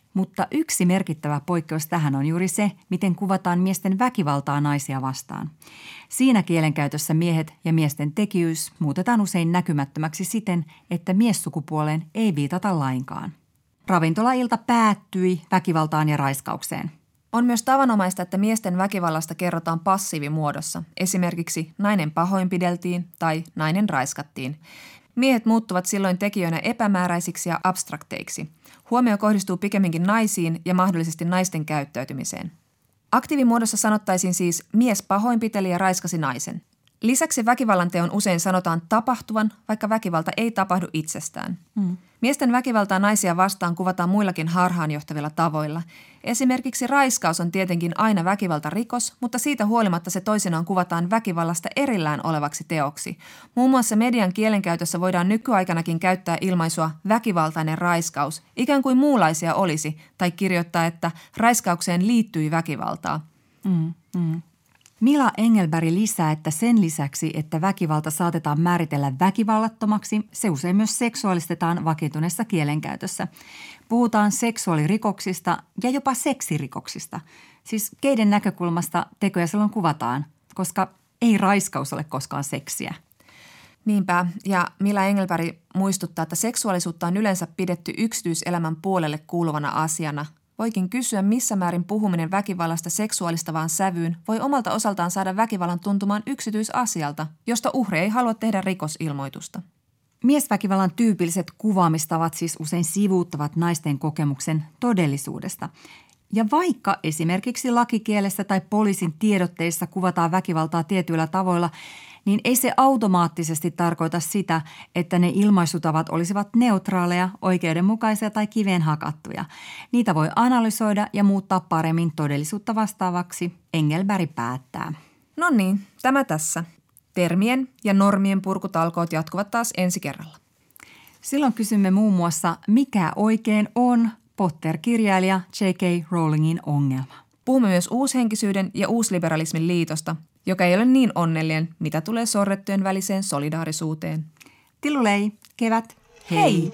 S3: Mutta yksi merkittävä poikkeus tähän on juuri se, miten kuvataan miesten väkivaltaa naisia vastaan. Siinä kielenkäytössä miehet ja miesten tekijyys muutetaan usein näkymättömäksi siten, että miessukupuoleen ei viitata lainkaan. Ravintolailta päättyi väkivaltaan ja raiskaukseen.
S4: On myös tavanomaista, että miesten väkivallasta kerrotaan passiivimuodossa. Esimerkiksi nainen pahoinpideltiin tai nainen raiskattiin. Miehet muuttuvat silloin tekijöinä epämääräisiksi ja abstrakteiksi. Huomio kohdistuu pikemminkin naisiin ja mahdollisesti naisten käyttäytymiseen. Aktiivimuodossa sanottaisiin siis mies pahoinpiteli ja raiskasi naisen. Lisäksi väkivallanteon usein sanotaan tapahtuvan, vaikka väkivalta ei tapahdu itsestään. Mm. Miesten väkivaltaa naisia vastaan kuvataan muillakin harhaanjohtavilla tavoilla. Esimerkiksi raiskaus on tietenkin aina väkivaltarikos, mutta siitä huolimatta se toisinaan kuvataan väkivallasta erillään olevaksi teoksi. Muun muassa median kielenkäytössä voidaan nykyaikanakin käyttää ilmaisua väkivaltainen raiskaus, ikään kuin muunlaisia olisi, tai kirjoittaa, että raiskaukseen liittyi väkivaltaa.
S3: Mm, mm. Mila Engelberg lisää, että sen lisäksi, että väkivalta saatetaan määritellä väkivallattomaksi, se usein myös seksuaalistetaan vakiintuneessa kielenkäytössä. Puhutaan seksuaalirikoksista ja jopa seksirikoksista. Siis keiden näkökulmasta tekoja silloin kuvataan, koska ei raiskaus ole koskaan seksiä.
S4: Niinpä, ja Mila Engelberg muistuttaa, että seksuaalisuutta on yleensä pidetty yksityiselämän puolelle kuuluvana asiana. Voikin kysyä, missä määrin puhuminen väkivallasta seksuaalistavaan sävyyn voi omalta osaltaan saada väkivallan tuntumaan yksityisasialta, josta uhri ei halua tehdä rikosilmoitusta.
S3: Miesväkivallan tyypilliset kuvaamistavat siis usein sivuuttavat naisten kokemuksen todellisuudesta. Ja vaikka esimerkiksi lakikielessä tai poliisin tiedotteissa kuvataan väkivaltaa tietyillä tavoilla, niin ei se automaattisesti tarkoita sitä, että ne ilmaisutavat olisivat neutraaleja, oikeudenmukaisia tai kiveen hakattuja. Niitä voi analysoida ja muuttaa paremmin todellisuutta vastaavaksi, Engelberg päättää.
S4: No niin, tämä tässä. Termien ja normien purkutalkoot jatkuvat taas ensi kerralla.
S3: Silloin kysymme muun muassa, mikä oikein on Potter-kirjailija J K Rowlingin ongelma.
S4: Puhumme myös uushenkisyyden ja uusliberalismin liitosta, joka ei ole niin onnellinen, mitä tulee sorrettujen väliseen solidaarisuuteen.
S3: Tilulei, kevät, hei! hei.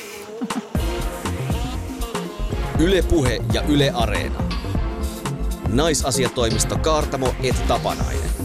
S2: Yle Puhe ja Yle Areena. Naisasiatoimisto Kaartamo et Tapanainen.